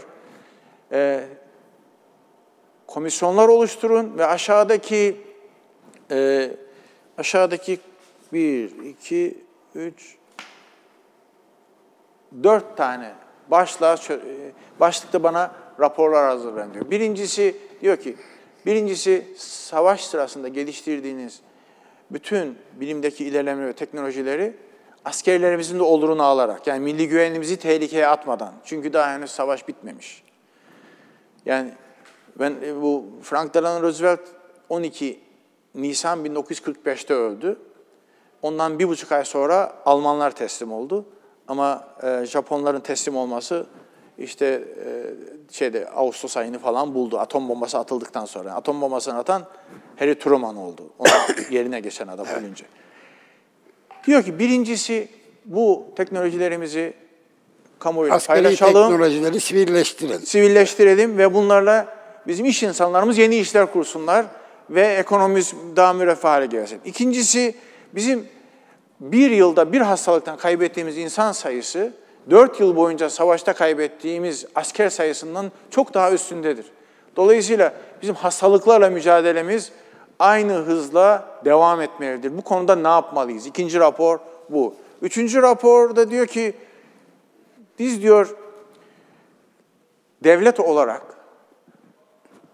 komisyonlar oluşturun ve aşağıdaki 1, 2, 3, 4 tane başlıkta bana raporlar hazırlayın diyor. Birincisi savaş sırasında geliştirdiğiniz bütün bilimdeki ilerleme ve teknolojileri askerlerimizin de olurunu alarak, yani milli güvenliğimizi tehlikeye atmadan, çünkü daha henüz savaş bitmemiş. Yani bu Frank Delano Roosevelt 12 Nisan 1945'te öldü. Ondan 1,5 ay sonra Almanlar teslim oldu. Ama Japonların teslim olması işte Ağustos ayını falan buldu. Atom bombası atıldıktan sonra. Atom bombasını atan Harry Truman oldu. Onun yerine geçen adam ölünce. Diyor ki birincisi bu teknolojilerimizi kamuoyuyla paylaşalım. Askeri teknolojileri sivilleştirelim. Sivilleştirelim ve bunlarla bizim iş insanlarımız yeni işler kursunlar ve ekonomimiz daha müreffeh hale gelsin. İkincisi bizim bir yılda bir hastalıktan kaybettiğimiz insan sayısı 4 yıl boyunca savaşta kaybettiğimiz asker sayısından çok daha üstündedir. Dolayısıyla bizim hastalıklarla mücadelemiz aynı hızla devam etmelidir. Bu konuda ne yapmalıyız? 2. rapor bu. 3. raporda diyor ki, biz diyor devlet olarak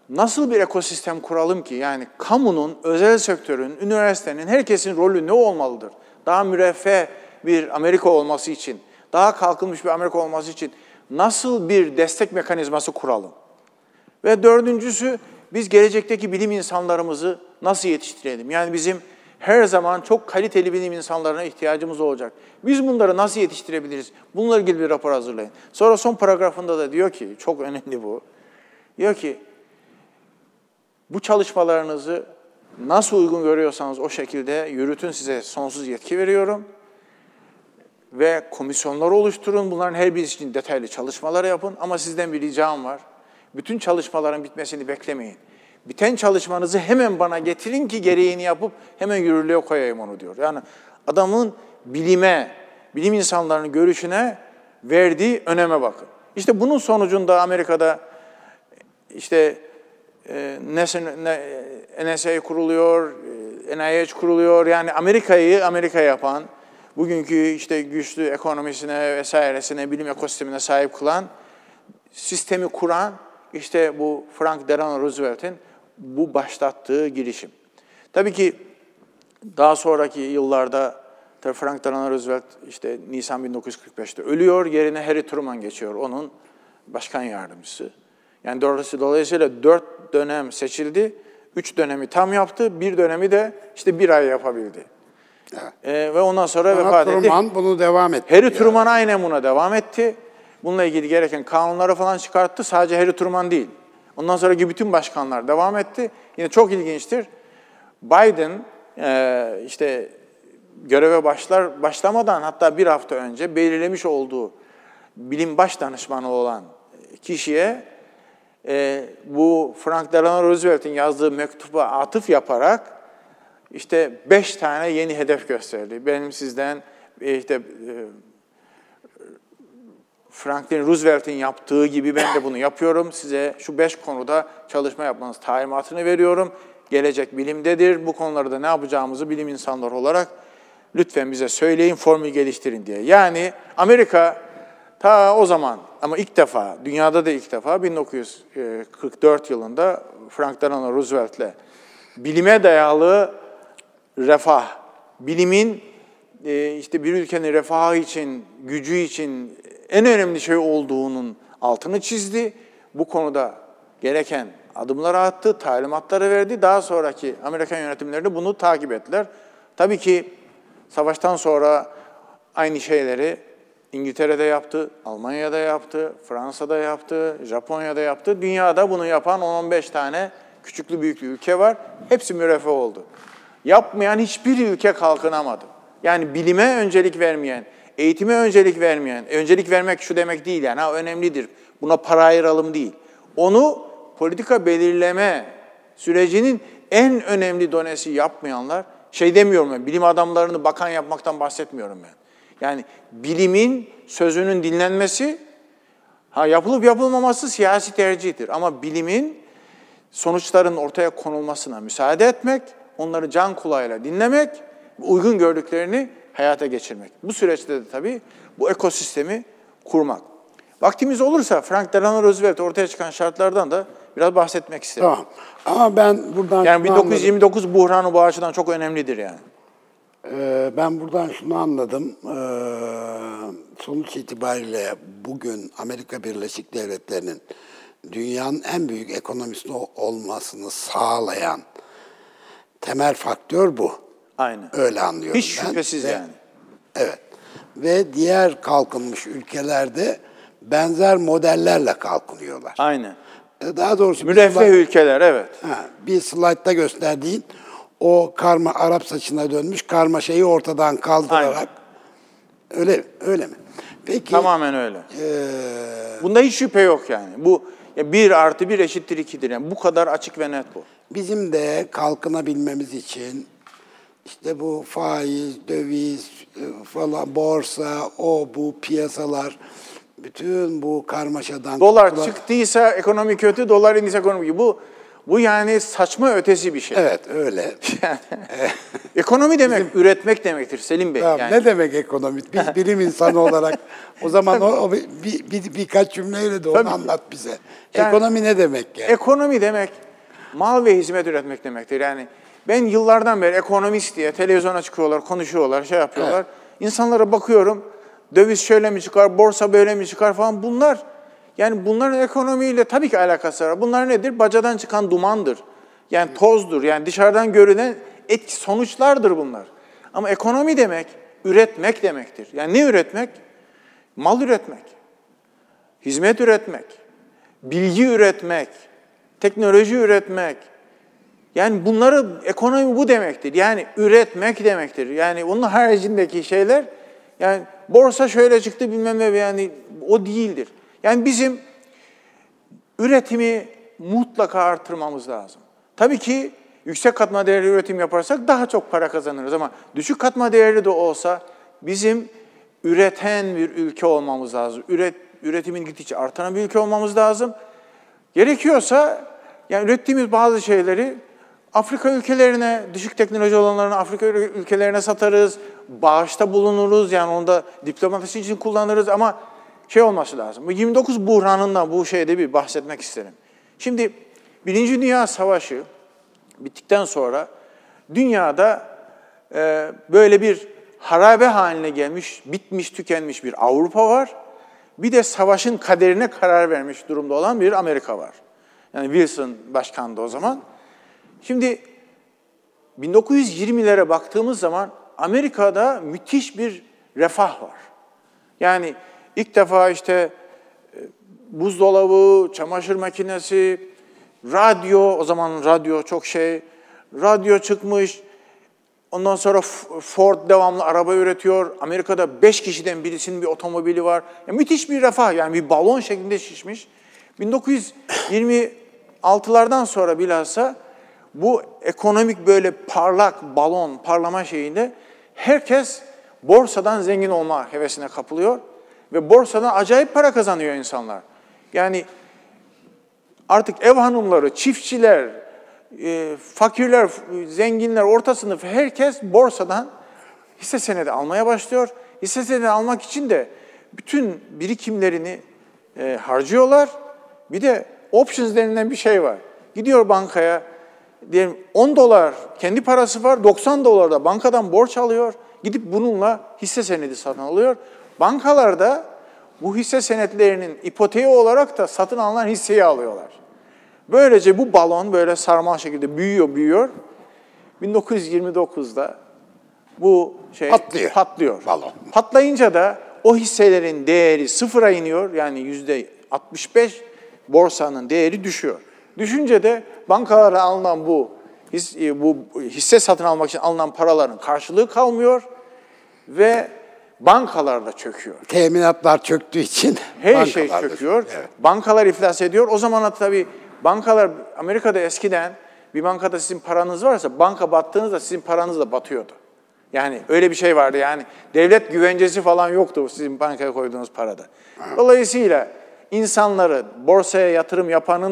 nasıl bir ekosistem kuralım ki? Yani kamunun, özel sektörün, üniversitenin, herkesin rolü ne olmalıdır? Daha müreffeh bir Amerika olması için, daha kalkınmış bir Amerika olması için nasıl bir destek mekanizması kuralım? Ve dördüncüsü, biz gelecekteki bilim insanlarımızı nasıl yetiştirelim? Yani bizim her zaman çok kaliteli bilim insanlarına ihtiyacımız olacak. Biz bunları nasıl yetiştirebiliriz? Bununla ilgili bir rapor hazırlayın. Sonra son paragrafında da diyor ki, çok önemli bu. Diyor ki, bu çalışmalarınızı nasıl uygun görüyorsanız o şekilde yürütün, size sonsuz yetki veriyorum. Ve komisyonlar oluşturun, bunların her birisi için detaylı çalışmalar yapın. Ama sizden bir ricam var. Bütün çalışmaların bitmesini beklemeyin. Biten çalışmanızı hemen bana getirin ki gereğini yapıp hemen yürürlüğe koyayım onu diyor. Yani adamın bilime, bilim insanlarının görüşüne verdiği öneme bakın. İşte bunun sonucunda Amerika'da işte NSA kuruluyor, NIH kuruluyor. Yani Amerika'yı Amerika yapan, bugünkü işte güçlü ekonomisine vesairesine, bilim ekosistemine sahip kılan, sistemi kuran işte bu Frank Delano Roosevelt'in bu başlattığı girişim. Tabii ki daha sonraki yıllarda tabii Frank Delano Roosevelt işte Nisan 1945'te ölüyor, yerine Harry Truman geçiyor, onun başkan yardımcısı. Yani dolayısıyla 4 dönem seçildi, 3 dönemi tam yaptı, 1 dönemi de işte 1 ay yapabildi. Evet. Ve ondan sonra vefat etti. Truman bunu devam etti. Harry Truman aynen buna devam etti. Bununla ilgili gereken kanunları falan çıkarttı. Sadece Harry Truman değil. Ondan sonraki bütün başkanlar devam etti. Yine çok ilginçtir. Biden işte göreve başlamadan hatta bir hafta önce belirlemiş olduğu bilim baş danışmanı olan kişiye bu Frank Delano Roosevelt'in yazdığı mektuba atıf yaparak işte 5 tane yeni hedef gösterdi. Benim sizden işte Franklin Roosevelt'in yaptığı gibi ben de bunu yapıyorum. Size şu 5 konuda çalışma yapmanız talimatını veriyorum. Gelecek bilimdedir. Bu konularda ne yapacağımızı bilim insanları olarak lütfen bize söyleyin, formül geliştirin diye. Yani Amerika ta o zaman ama ilk defa, dünyada da ilk defa 1944 yılında Frank Delano Roosevelt'le bilime dayalı refah, bilimin işte bir ülkenin refahı için, gücü için en önemli şey olduğunun altını çizdi. Bu konuda gereken adımları attı, talimatları verdi. Daha sonraki Amerikan yönetimleri de bunu takip ettiler. Tabii ki savaştan sonra aynı şeyleri İngiltere'de yaptı, Almanya'da yaptı, Fransa'da yaptı, Japonya'da yaptı. Dünyada bunu yapan 10-15 tane küçüklü büyüklü ülke var. Hepsi müreffeh oldu. Yapmayan hiçbir ülke kalkınamadı. Yani bilime öncelik vermeyen, eğitime öncelik vermeyen, öncelik vermek şu demek değil yani, önemlidir, buna para ayıralım değil. Onu politika belirleme sürecinin en önemli donesi yapmayanlar, şey demiyorum ben, bilim adamlarını bakan yapmaktan bahsetmiyorum ben. Yani bilimin sözünün dinlenmesi, yapılıp yapılmaması siyasi tercihtir. Ama bilimin sonuçların ortaya konulmasına müsaade etmek, onları can kulağıyla dinlemek, uygun gördüklerini hayata geçirmek. Bu süreçte de tabii bu ekosistemi kurmak. Vaktimiz olursa Frank Delano Roosevelt ortaya çıkan şartlardan da biraz bahsetmek isterim. Tamam. Ama ben buradan yani 1929 buhranı bu açıdan çok önemlidir yani. Ben buradan şunu anladım. Sonuç itibariyle bugün Amerika Birleşik Devletleri'nin dünyanın en büyük ekonomisi olmasını sağlayan temel faktör bu. Aynen. Öyle anlıyorum Hiç şüphesiz yani. Evet. Ve diğer kalkınmış ülkelerde benzer modellerle kalkınıyorlar. Aynen. Daha doğrusu müreffeh ülkeler, evet. Bir slaytta gösterdiğin o Arap saçına dönmüş karmaşayı ortadan kaldırarak. Aynen. Öyle mi? Peki. Tamamen öyle. Bunda hiç şüphe yok yani. Bu 1+1 eşittir 2'dir. Yani bu kadar açık ve net bu. Bizim de kalkınabilmemiz için işte bu faiz, döviz falan, borsa, bu piyasalar, bütün bu karmaşadan... Dolar çıktıysa ekonomi kötü, dolar indiyse ekonomi kötü. Bu Bu yani saçma ötesi bir şey. Evet, öyle. Yani, ekonomi demek üretmek demektir Selim Bey. Tamam, Yani, ne demek ekonomi? Biz bilim insanı olarak o zaman birkaç cümleyle de onu Tabii ki. anlat bize. Yani- Ekonomi ne demek yani? Ekonomi demek mal ve hizmet üretmek demektir. Yani ben yıllardan beri ekonomist diye televizyona çıkıyorlar, konuşuyorlar, şey yapıyorlar. Evet. İnsanlara bakıyorum, döviz şöyle mi çıkar, borsa böyle mi çıkar falan bunlar. Yani bunların ekonomiyle tabii ki alakası var. Bunlar nedir? Bacadan çıkan dumandır. Yani tozdur. Yani dışarıdan görülen etki sonuçlardır bunlar. Ama ekonomi demek üretmek demektir. Yani ne üretmek? Mal üretmek, hizmet üretmek, bilgi üretmek, teknoloji üretmek. Yani bunları, ekonomi bu demektir. Yani üretmek demektir. Yani onun haricindeki şeyler, yani borsa şöyle çıktı bilmem ne, yani o değildir. Yani bizim üretimi mutlaka artırmamız lazım. Tabii ki yüksek katma değerli üretim yaparsak daha çok para kazanırız ama düşük katma değerli de olsa bizim üreten bir ülke olmamız lazım. Üretimin gittikçe artan bir ülke olmamız lazım. Gerekiyorsa yani ürettiğimiz bazı şeyleri Afrika ülkelerine, düşük teknoloji olanlarını Afrika ülkelerine satarız, bağışta bulunuruz, yani onu da diplomasi için kullanırız ama şey olması lazım. Bu 29 buhranından bu şeyde bir bahsetmek isterim. Şimdi Birinci Dünya Savaşı bittikten sonra dünyada böyle bir harabe haline gelmiş, bitmiş, tükenmiş bir Avrupa var. Bir de savaşın kaderine karar vermiş durumda olan bir Amerika var. Yani Wilson başkandı o zaman. Şimdi 1920'lere baktığımız zaman Amerika'da müthiş bir refah var. Yani ilk defa işte buzdolabı, çamaşır makinesi, radyo, o zaman radyo çok radyo çıkmış. Ondan sonra Ford devamlı araba üretiyor. Amerika'da 5 kişiden birisinin bir otomobili var. Yani müthiş bir refah, yani bir balon şeklinde şişmiş. 1926'lardan sonra bilhassa bu ekonomik böyle parlak balon, parlama şeyinde herkes borsadan zengin olma hevesine kapılıyor. Ve borsadan acayip para kazanıyor insanlar. Yani artık ev hanımları, çiftçiler, fakirler, zenginler, orta sınıf herkes borsadan hisse senedi almaya başlıyor. Hisse senedi almak için de bütün birikimlerini harcıyorlar. Bir de options denilen bir şey var. Gidiyor bankaya, diyelim 10 dolar kendi parası var, 90 dolar da bankadan borç alıyor. Gidip bununla hisse senedi satın alıyor. Bankalarda bu hisse senetlerinin ipoteği olarak da satın alınan hisseyi alıyorlar. Böylece bu balon böyle sarmal şekilde büyüyor. 1929'da bu şey patlıyor. Balon. Patlayınca da o hisselerin değeri sıfıra iniyor. Yani %65 borsanın değeri düşüyor. Düşünce de bankalara alınan bu hisse satın almak için alınan paraların karşılığı kalmıyor ve bankalar da çöküyor. Teminatlar çöktüğü için her şey çöküyor. Evet. Bankalar iflas ediyor. O zaman tabii bankalar, Amerika'da eskiden bir bankada sizin paranız varsa banka battığınızda sizin paranız da batıyordu. Yani öyle bir şey vardı, yani devlet güvencesi falan yoktu sizin bankaya koyduğunuz parada. Dolayısıyla insanları borsaya yatırım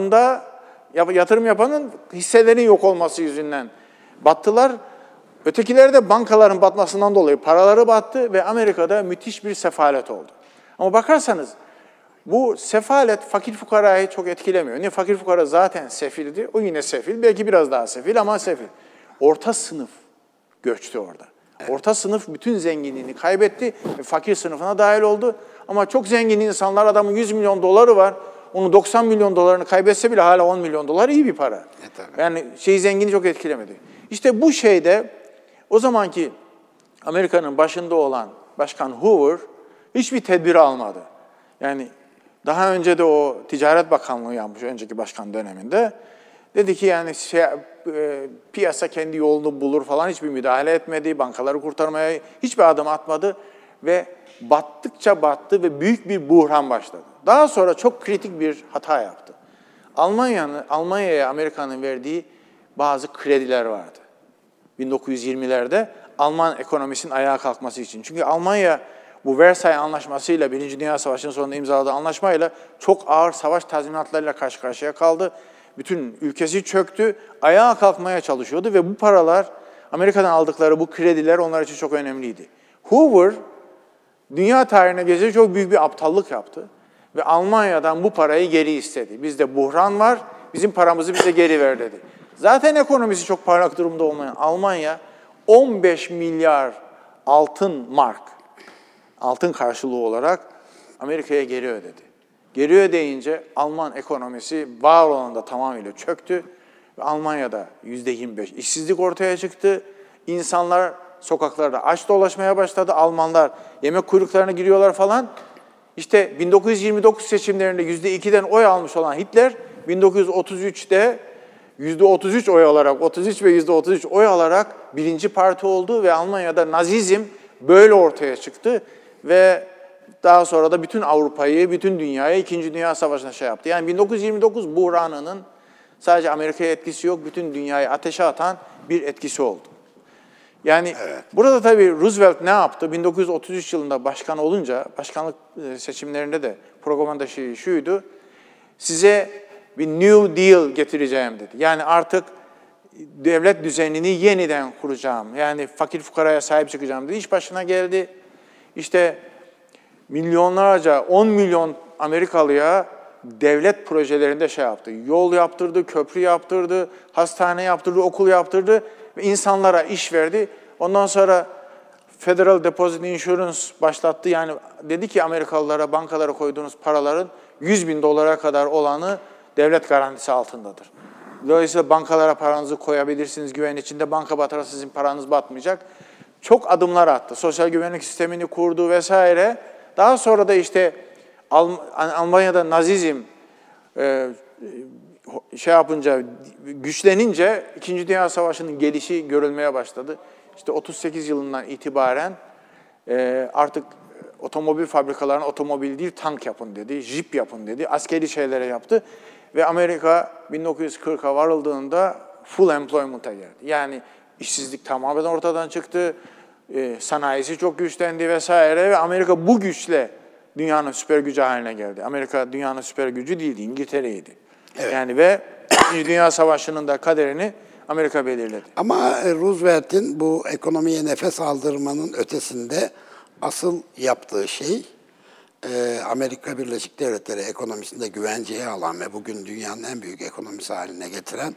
yapanın hisselerinin yok olması yüzünden battılar. Ötekiler de bankaların batmasından dolayı paraları battı ve Amerika'da müthiş bir sefalet oldu. Ama bakarsanız bu sefalet fakir fukarayı çok etkilemiyor. Niye? Fakir fukara zaten sefildi, o yine sefil, belki biraz daha sefil ama sefil. Orta sınıf göçtü orada. Orta sınıf bütün zenginliğini kaybetti ve fakir sınıfına dahil oldu. Ama çok zengin insanlar, adamın 100 milyon doları var, onun 90 milyon dolarını kaybetse bile hala 10 milyon dolar iyi bir para. Yani zengini çok etkilemedi. İşte bu şeyde o zamanki Amerika'nın başında olan Başkan Hoover hiçbir tedbir almadı. Yani daha önce de o Ticaret Bakanlığı yapmış önceki başkan döneminde. Dedi ki yani piyasa kendi yolunu bulur falan, hiçbir müdahale etmedi. Bankaları kurtarmaya hiçbir adım atmadı ve battıkça battı ve büyük bir buhran başladı. Daha sonra çok kritik bir hata yaptı. Almanya'ya Amerika'nın verdiği bazı krediler vardı. 1920'lerde Alman ekonomisinin ayağa kalkması için. Çünkü Almanya bu Versay Anlaşması'yla, Birinci Dünya Savaşı'nın sonunda imzaladığı anlaşmayla çok ağır savaş tazminatlarıyla karşı karşıya kaldı. bütün ülkesi çöktü, ayağa kalkmaya çalışıyordu ve bu paralar, Amerika'dan aldıkları bu krediler onlar için çok önemliydi. Hoover, dünya tarihine geçecek çok büyük bir aptallık yaptı ve Almanya'dan bu parayı geri istedi. Bizde buhran var, bizim paramızı bize geri ver dedi. Zaten ekonomisi çok parlak durumda olmayan Almanya 15 milyar altın karşılığı olarak Amerika'ya geri ödedi. Geri ödeyince Alman ekonomisi var olan da tamamıyla çöktü ve Almanya'da %25 işsizlik ortaya çıktı. İnsanlar sokaklarda aç dolaşmaya başladı. Almanlar yemek kuyruklarına giriyorlar falan. İşte 1929 seçimlerinde %2'den oy almış olan Hitler 1933'te %33 oy alarak, 33 ve %33 oy alarak birinci parti oldu ve Almanya'da Nazizm böyle ortaya çıktı ve daha sonra da bütün Avrupa'yı, bütün dünyayı İkinci Dünya Savaşı'na yaptı. Yani 1929 buhranının sadece Amerika'ya etkisi yok, bütün dünyayı ateşe atan bir etkisi oldu. Yani burada tabii Roosevelt ne yaptı? 1933 yılında başkan olunca, başkanlık seçimlerinde de propaganda şeyi şuydu, size bir New Deal getireceğim dedi. Yani artık devlet düzenini yeniden kuracağım. Yani fakir fukaraya sahip çıkacağım dedi. İş başına geldi. İşte milyonlarca, 10 milyon Amerikalıya devlet projelerinde yaptı. Yol yaptırdı, köprü yaptırdı, hastane yaptırdı, okul yaptırdı ve insanlara iş verdi. Ondan sonra Federal Deposit Insurance başlattı. Yani dedi ki Amerikalılara, bankalara koyduğunuz paraların $100.000 kadar olanı devlet garantisi altındadır. Dolayısıyla bankalara paranızı koyabilirsiniz güven içinde. Banka batarsa sizin paranız batmayacak. Çok adımlar attı. Sosyal güvenlik sistemini kurdu vesaire. Daha sonra da işte Almanya'da Nazizm güçlenince İkinci Dünya Savaşı'nın gelişi görülmeye başladı. İşte 38 yılından itibaren artık otomobil fabrikalarına otomobil değil tank yapın dedi, jip yapın dedi, askeri şeylere yaptı. Ve Amerika 1940'a varıldığında full employment'a geldi. Yani işsizlik tamamen ortadan çıktı, sanayisi çok güçlendi vesaire ve Amerika bu güçle dünyanın süper gücü haline geldi. Amerika dünyanın süper gücü değildi, İngiltere'ydi. Evet. Yani ve İkinci Dünya Savaşı'nın da kaderini Amerika belirledi. Ama Roosevelt'in bu ekonomiye nefes aldırmanın ötesinde asıl yaptığı şey Amerika Birleşik Devletleri ekonomisinde güvenceye alan ve bugün dünyanın en büyük ekonomisi haline getiren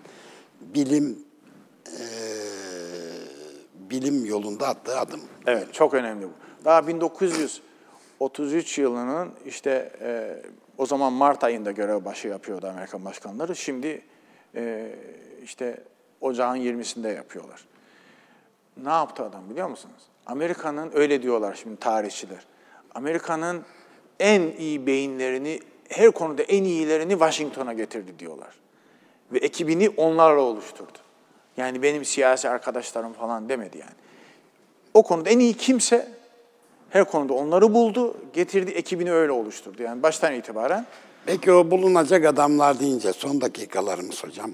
bilim yolunda attığı adım. Evet, çok önemli bu. Daha 1933 yılının işte o zaman Mart ayında görev başı yapıyordu Amerikan başkanları. Şimdi işte ocağın 20'sinde yapıyorlar. Ne yaptı adam biliyor musunuz? Amerika'nın, öyle diyorlar şimdi tarihçiler, Amerika'nın en iyi beyinlerini, her konuda en iyilerini Washington'a getirdi diyorlar. Ve ekibini onlarla oluşturdu. Yani benim siyasi arkadaşlarım falan demedi yani. O konuda en iyi kimse her konuda onları buldu, getirdi, ekibini öyle oluşturdu. Yani baştan itibaren. Peki o bulunacak adamlar deyince son dakikalarımız hocam.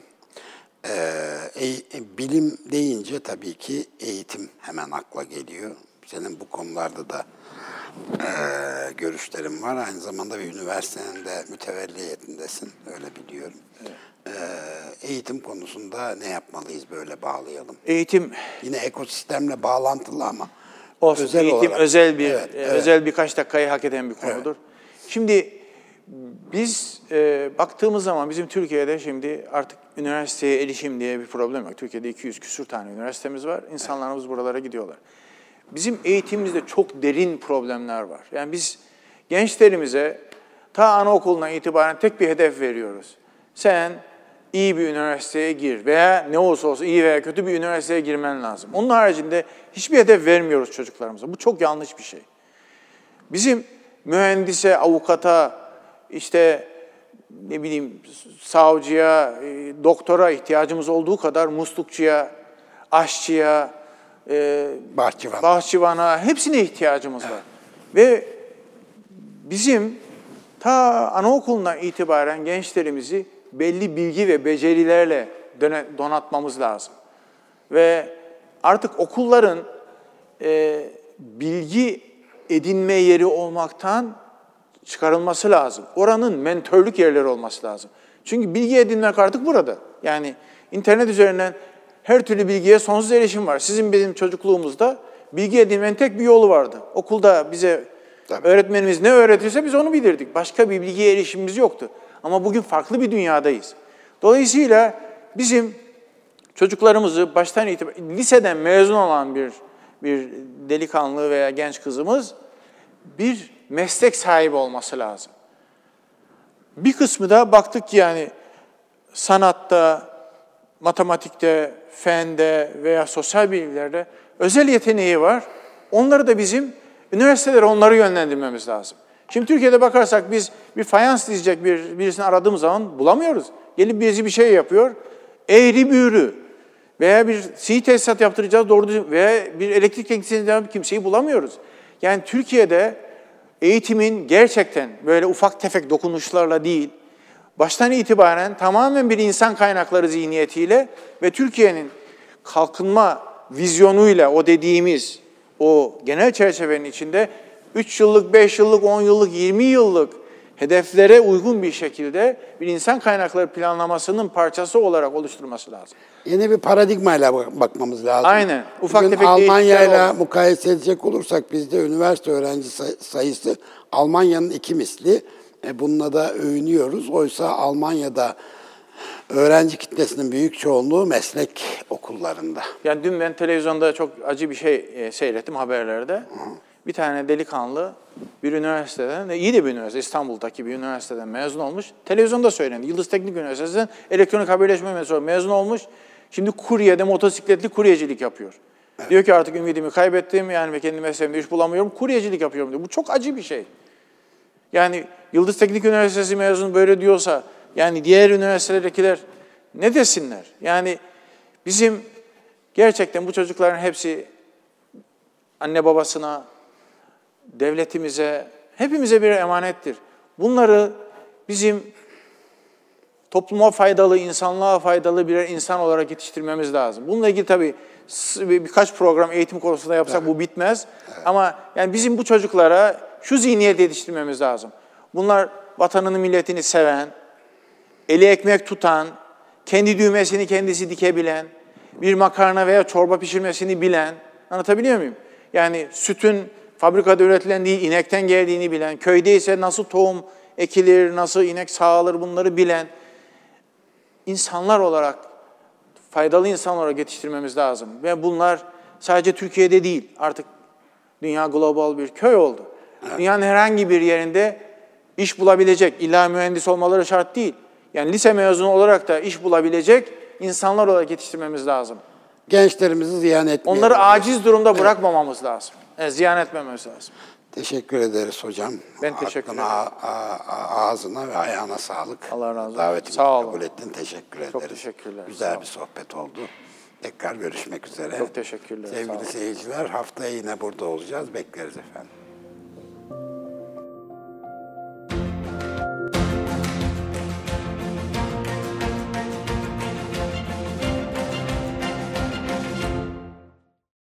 Bilim deyince tabii ki eğitim hemen akla geliyor. Senin bu konularda da görüşlerin var. Aynı zamanda bir üniversitenin de mütevelliyetindesin. Öyle biliyorum. Evet. Eğitim konusunda ne yapmalıyız böyle bağlayalım? Eğitim yine ekosistemle bağlantılı ama olsun, özel eğitim olarak. Özel bir özel birkaç dakikayı hak eden bir konudur. Evet. Şimdi biz baktığımız zaman bizim Türkiye'de şimdi artık üniversiteye erişim diye bir problem yok. Türkiye'de 200 küsur tane üniversitemiz var. İnsanlarımız buralara gidiyorlar. Bizim eğitimimizde çok derin problemler var. Yani biz gençlerimize ta anaokulundan itibaren tek bir hedef veriyoruz. Sen iyi bir üniversiteye gir veya ne olursa olsun iyi veya kötü bir üniversiteye girmen lazım. Onun haricinde hiçbir hedef vermiyoruz çocuklarımıza. Bu çok yanlış bir şey. Bizim mühendise, avukata, işte ne bileyim savcıya, doktora ihtiyacımız olduğu kadar muslukçuya, aşçıya, bahçıvana hepsine ihtiyacımız var. Ve bizim ta anaokulundan itibaren gençlerimizi belli bilgi ve becerilerle donatmamız lazım. Ve artık okulların bilgi edinme yeri olmaktan çıkarılması lazım. Oranın mentörlük yerleri olması lazım. Çünkü bilgi edinmek artık burada. Yani internet üzerinden her türlü bilgiye sonsuz erişim var. Sizin bizim çocukluğumuzda bilgi edinmenin tek bir yolu vardı. Okulda bize öğretmenimiz ne öğretirse biz onu bilirdik. Başka bir bilgiye erişimimiz yoktu. Ama bugün farklı bir dünyadayız. Dolayısıyla bizim çocuklarımızı baştan itibaren liseden mezun olan bir delikanlı veya genç kızımız bir meslek sahibi olması lazım. Bir kısmı da baktık ki yani sanatta, matematikte, fende veya sosyal bilgilerde özel yeteneği var. Onları da bizim üniversitelere onları yönlendirmemiz lazım. Şimdi Türkiye'de bakarsak biz bir fayans dizecek birisini aradığımız zaman bulamıyoruz. Gelip birisi bir şey yapıyor, eğri büğrü veya bir sihir tesisat yaptıracağız doğru düzgün veya bir elektrik teknisyeni kimseyi bulamıyoruz. Yani Türkiye'de eğitimin gerçekten böyle ufak tefek dokunuşlarla değil, baştan itibaren tamamen bir insan kaynakları zihniyetiyle ve Türkiye'nin kalkınma vizyonuyla o dediğimiz o genel çerçevenin içinde 3 yıllık, 5 yıllık, 10 yıllık, 20 yıllık hedeflere uygun bir şekilde bir insan kaynakları planlamasının parçası olarak oluşturması lazım. Yeni bir paradigmayla bakmamız lazım. Aynen. Ufak Bugün tefek Almanya'yla mukayese edecek olursak bizde üniversite öğrenci sayısı Almanya'nın 2 misli. Bununla da övünüyoruz. Oysa Almanya'da öğrenci kitlesinin büyük çoğunluğu meslek okullarında. Yani dün ben televizyonda çok acı bir şey seyrettim haberlerde. Bir tane delikanlı bir üniversiteden, iyi de bir üniversite, İstanbul'daki bir üniversiteden mezun olmuş. Televizyonda söylendi. Yıldız Teknik Üniversitesi'nden elektronik haberleşme mezun olmuş. Şimdi kuryede, motosikletli kuryecilik yapıyor. Evet. Diyor ki artık ümidimi kaybettim, yani kendi mesleğimde iş bulamıyorum, kuryecilik yapıyorum diyor. Bu çok acı bir şey. Yani Yıldız Teknik Üniversitesi mezunu böyle diyorsa, yani diğer üniversitelerdekiler ne desinler? Yani bizim gerçekten bu çocukların hepsi anne babasına, devletimize, hepimize bir emanettir. Bunları bizim topluma faydalı, insanlığa faydalı birer insan olarak yetiştirmemiz lazım. Bununla ilgili tabii birkaç program eğitim konusunda yapsak bu bitmez. Evet. Ama yani bizim bu çocuklara şu zihniyeti yetiştirmemiz lazım. Bunlar vatanını, milletini seven, eli ekmek tutan, kendi düğmesini kendisi dikebilen, bir makarna veya çorba pişirmesini bilen, anlatabiliyor muyum? Yani sütün fabrikada üretilen değil, inekten geldiğini bilen, köyde ise nasıl tohum ekilir, nasıl inek sağılır bunları bilen insanlar olarak, faydalı insan olarak yetiştirmemiz lazım. Ve bunlar sadece Türkiye'de değil, artık dünya global bir köy oldu. Evet. Dünyanın herhangi bir yerinde iş bulabilecek, illa mühendis olmaları şart değil. Yani lise mezunu olarak da iş bulabilecek insanlar olarak yetiştirmemiz lazım. Gençlerimizi ziyan etmeyelim. Onları aciz durumda bırakmamamız lazım. Ziyan etmememiz lazım. Teşekkür ederiz hocam. Ben teşekkür ederim. Ağzına ve ayağına sağlık. Allah razı olsun. Davetimizi kabul ettin. Teşekkür ederiz. Çok teşekkürler. Güzel bir sohbet oldu. Tekrar görüşmek üzere. Çok teşekkürler. Sevgili seyirciler, haftaya yine burada olacağız. Bekleriz efendim.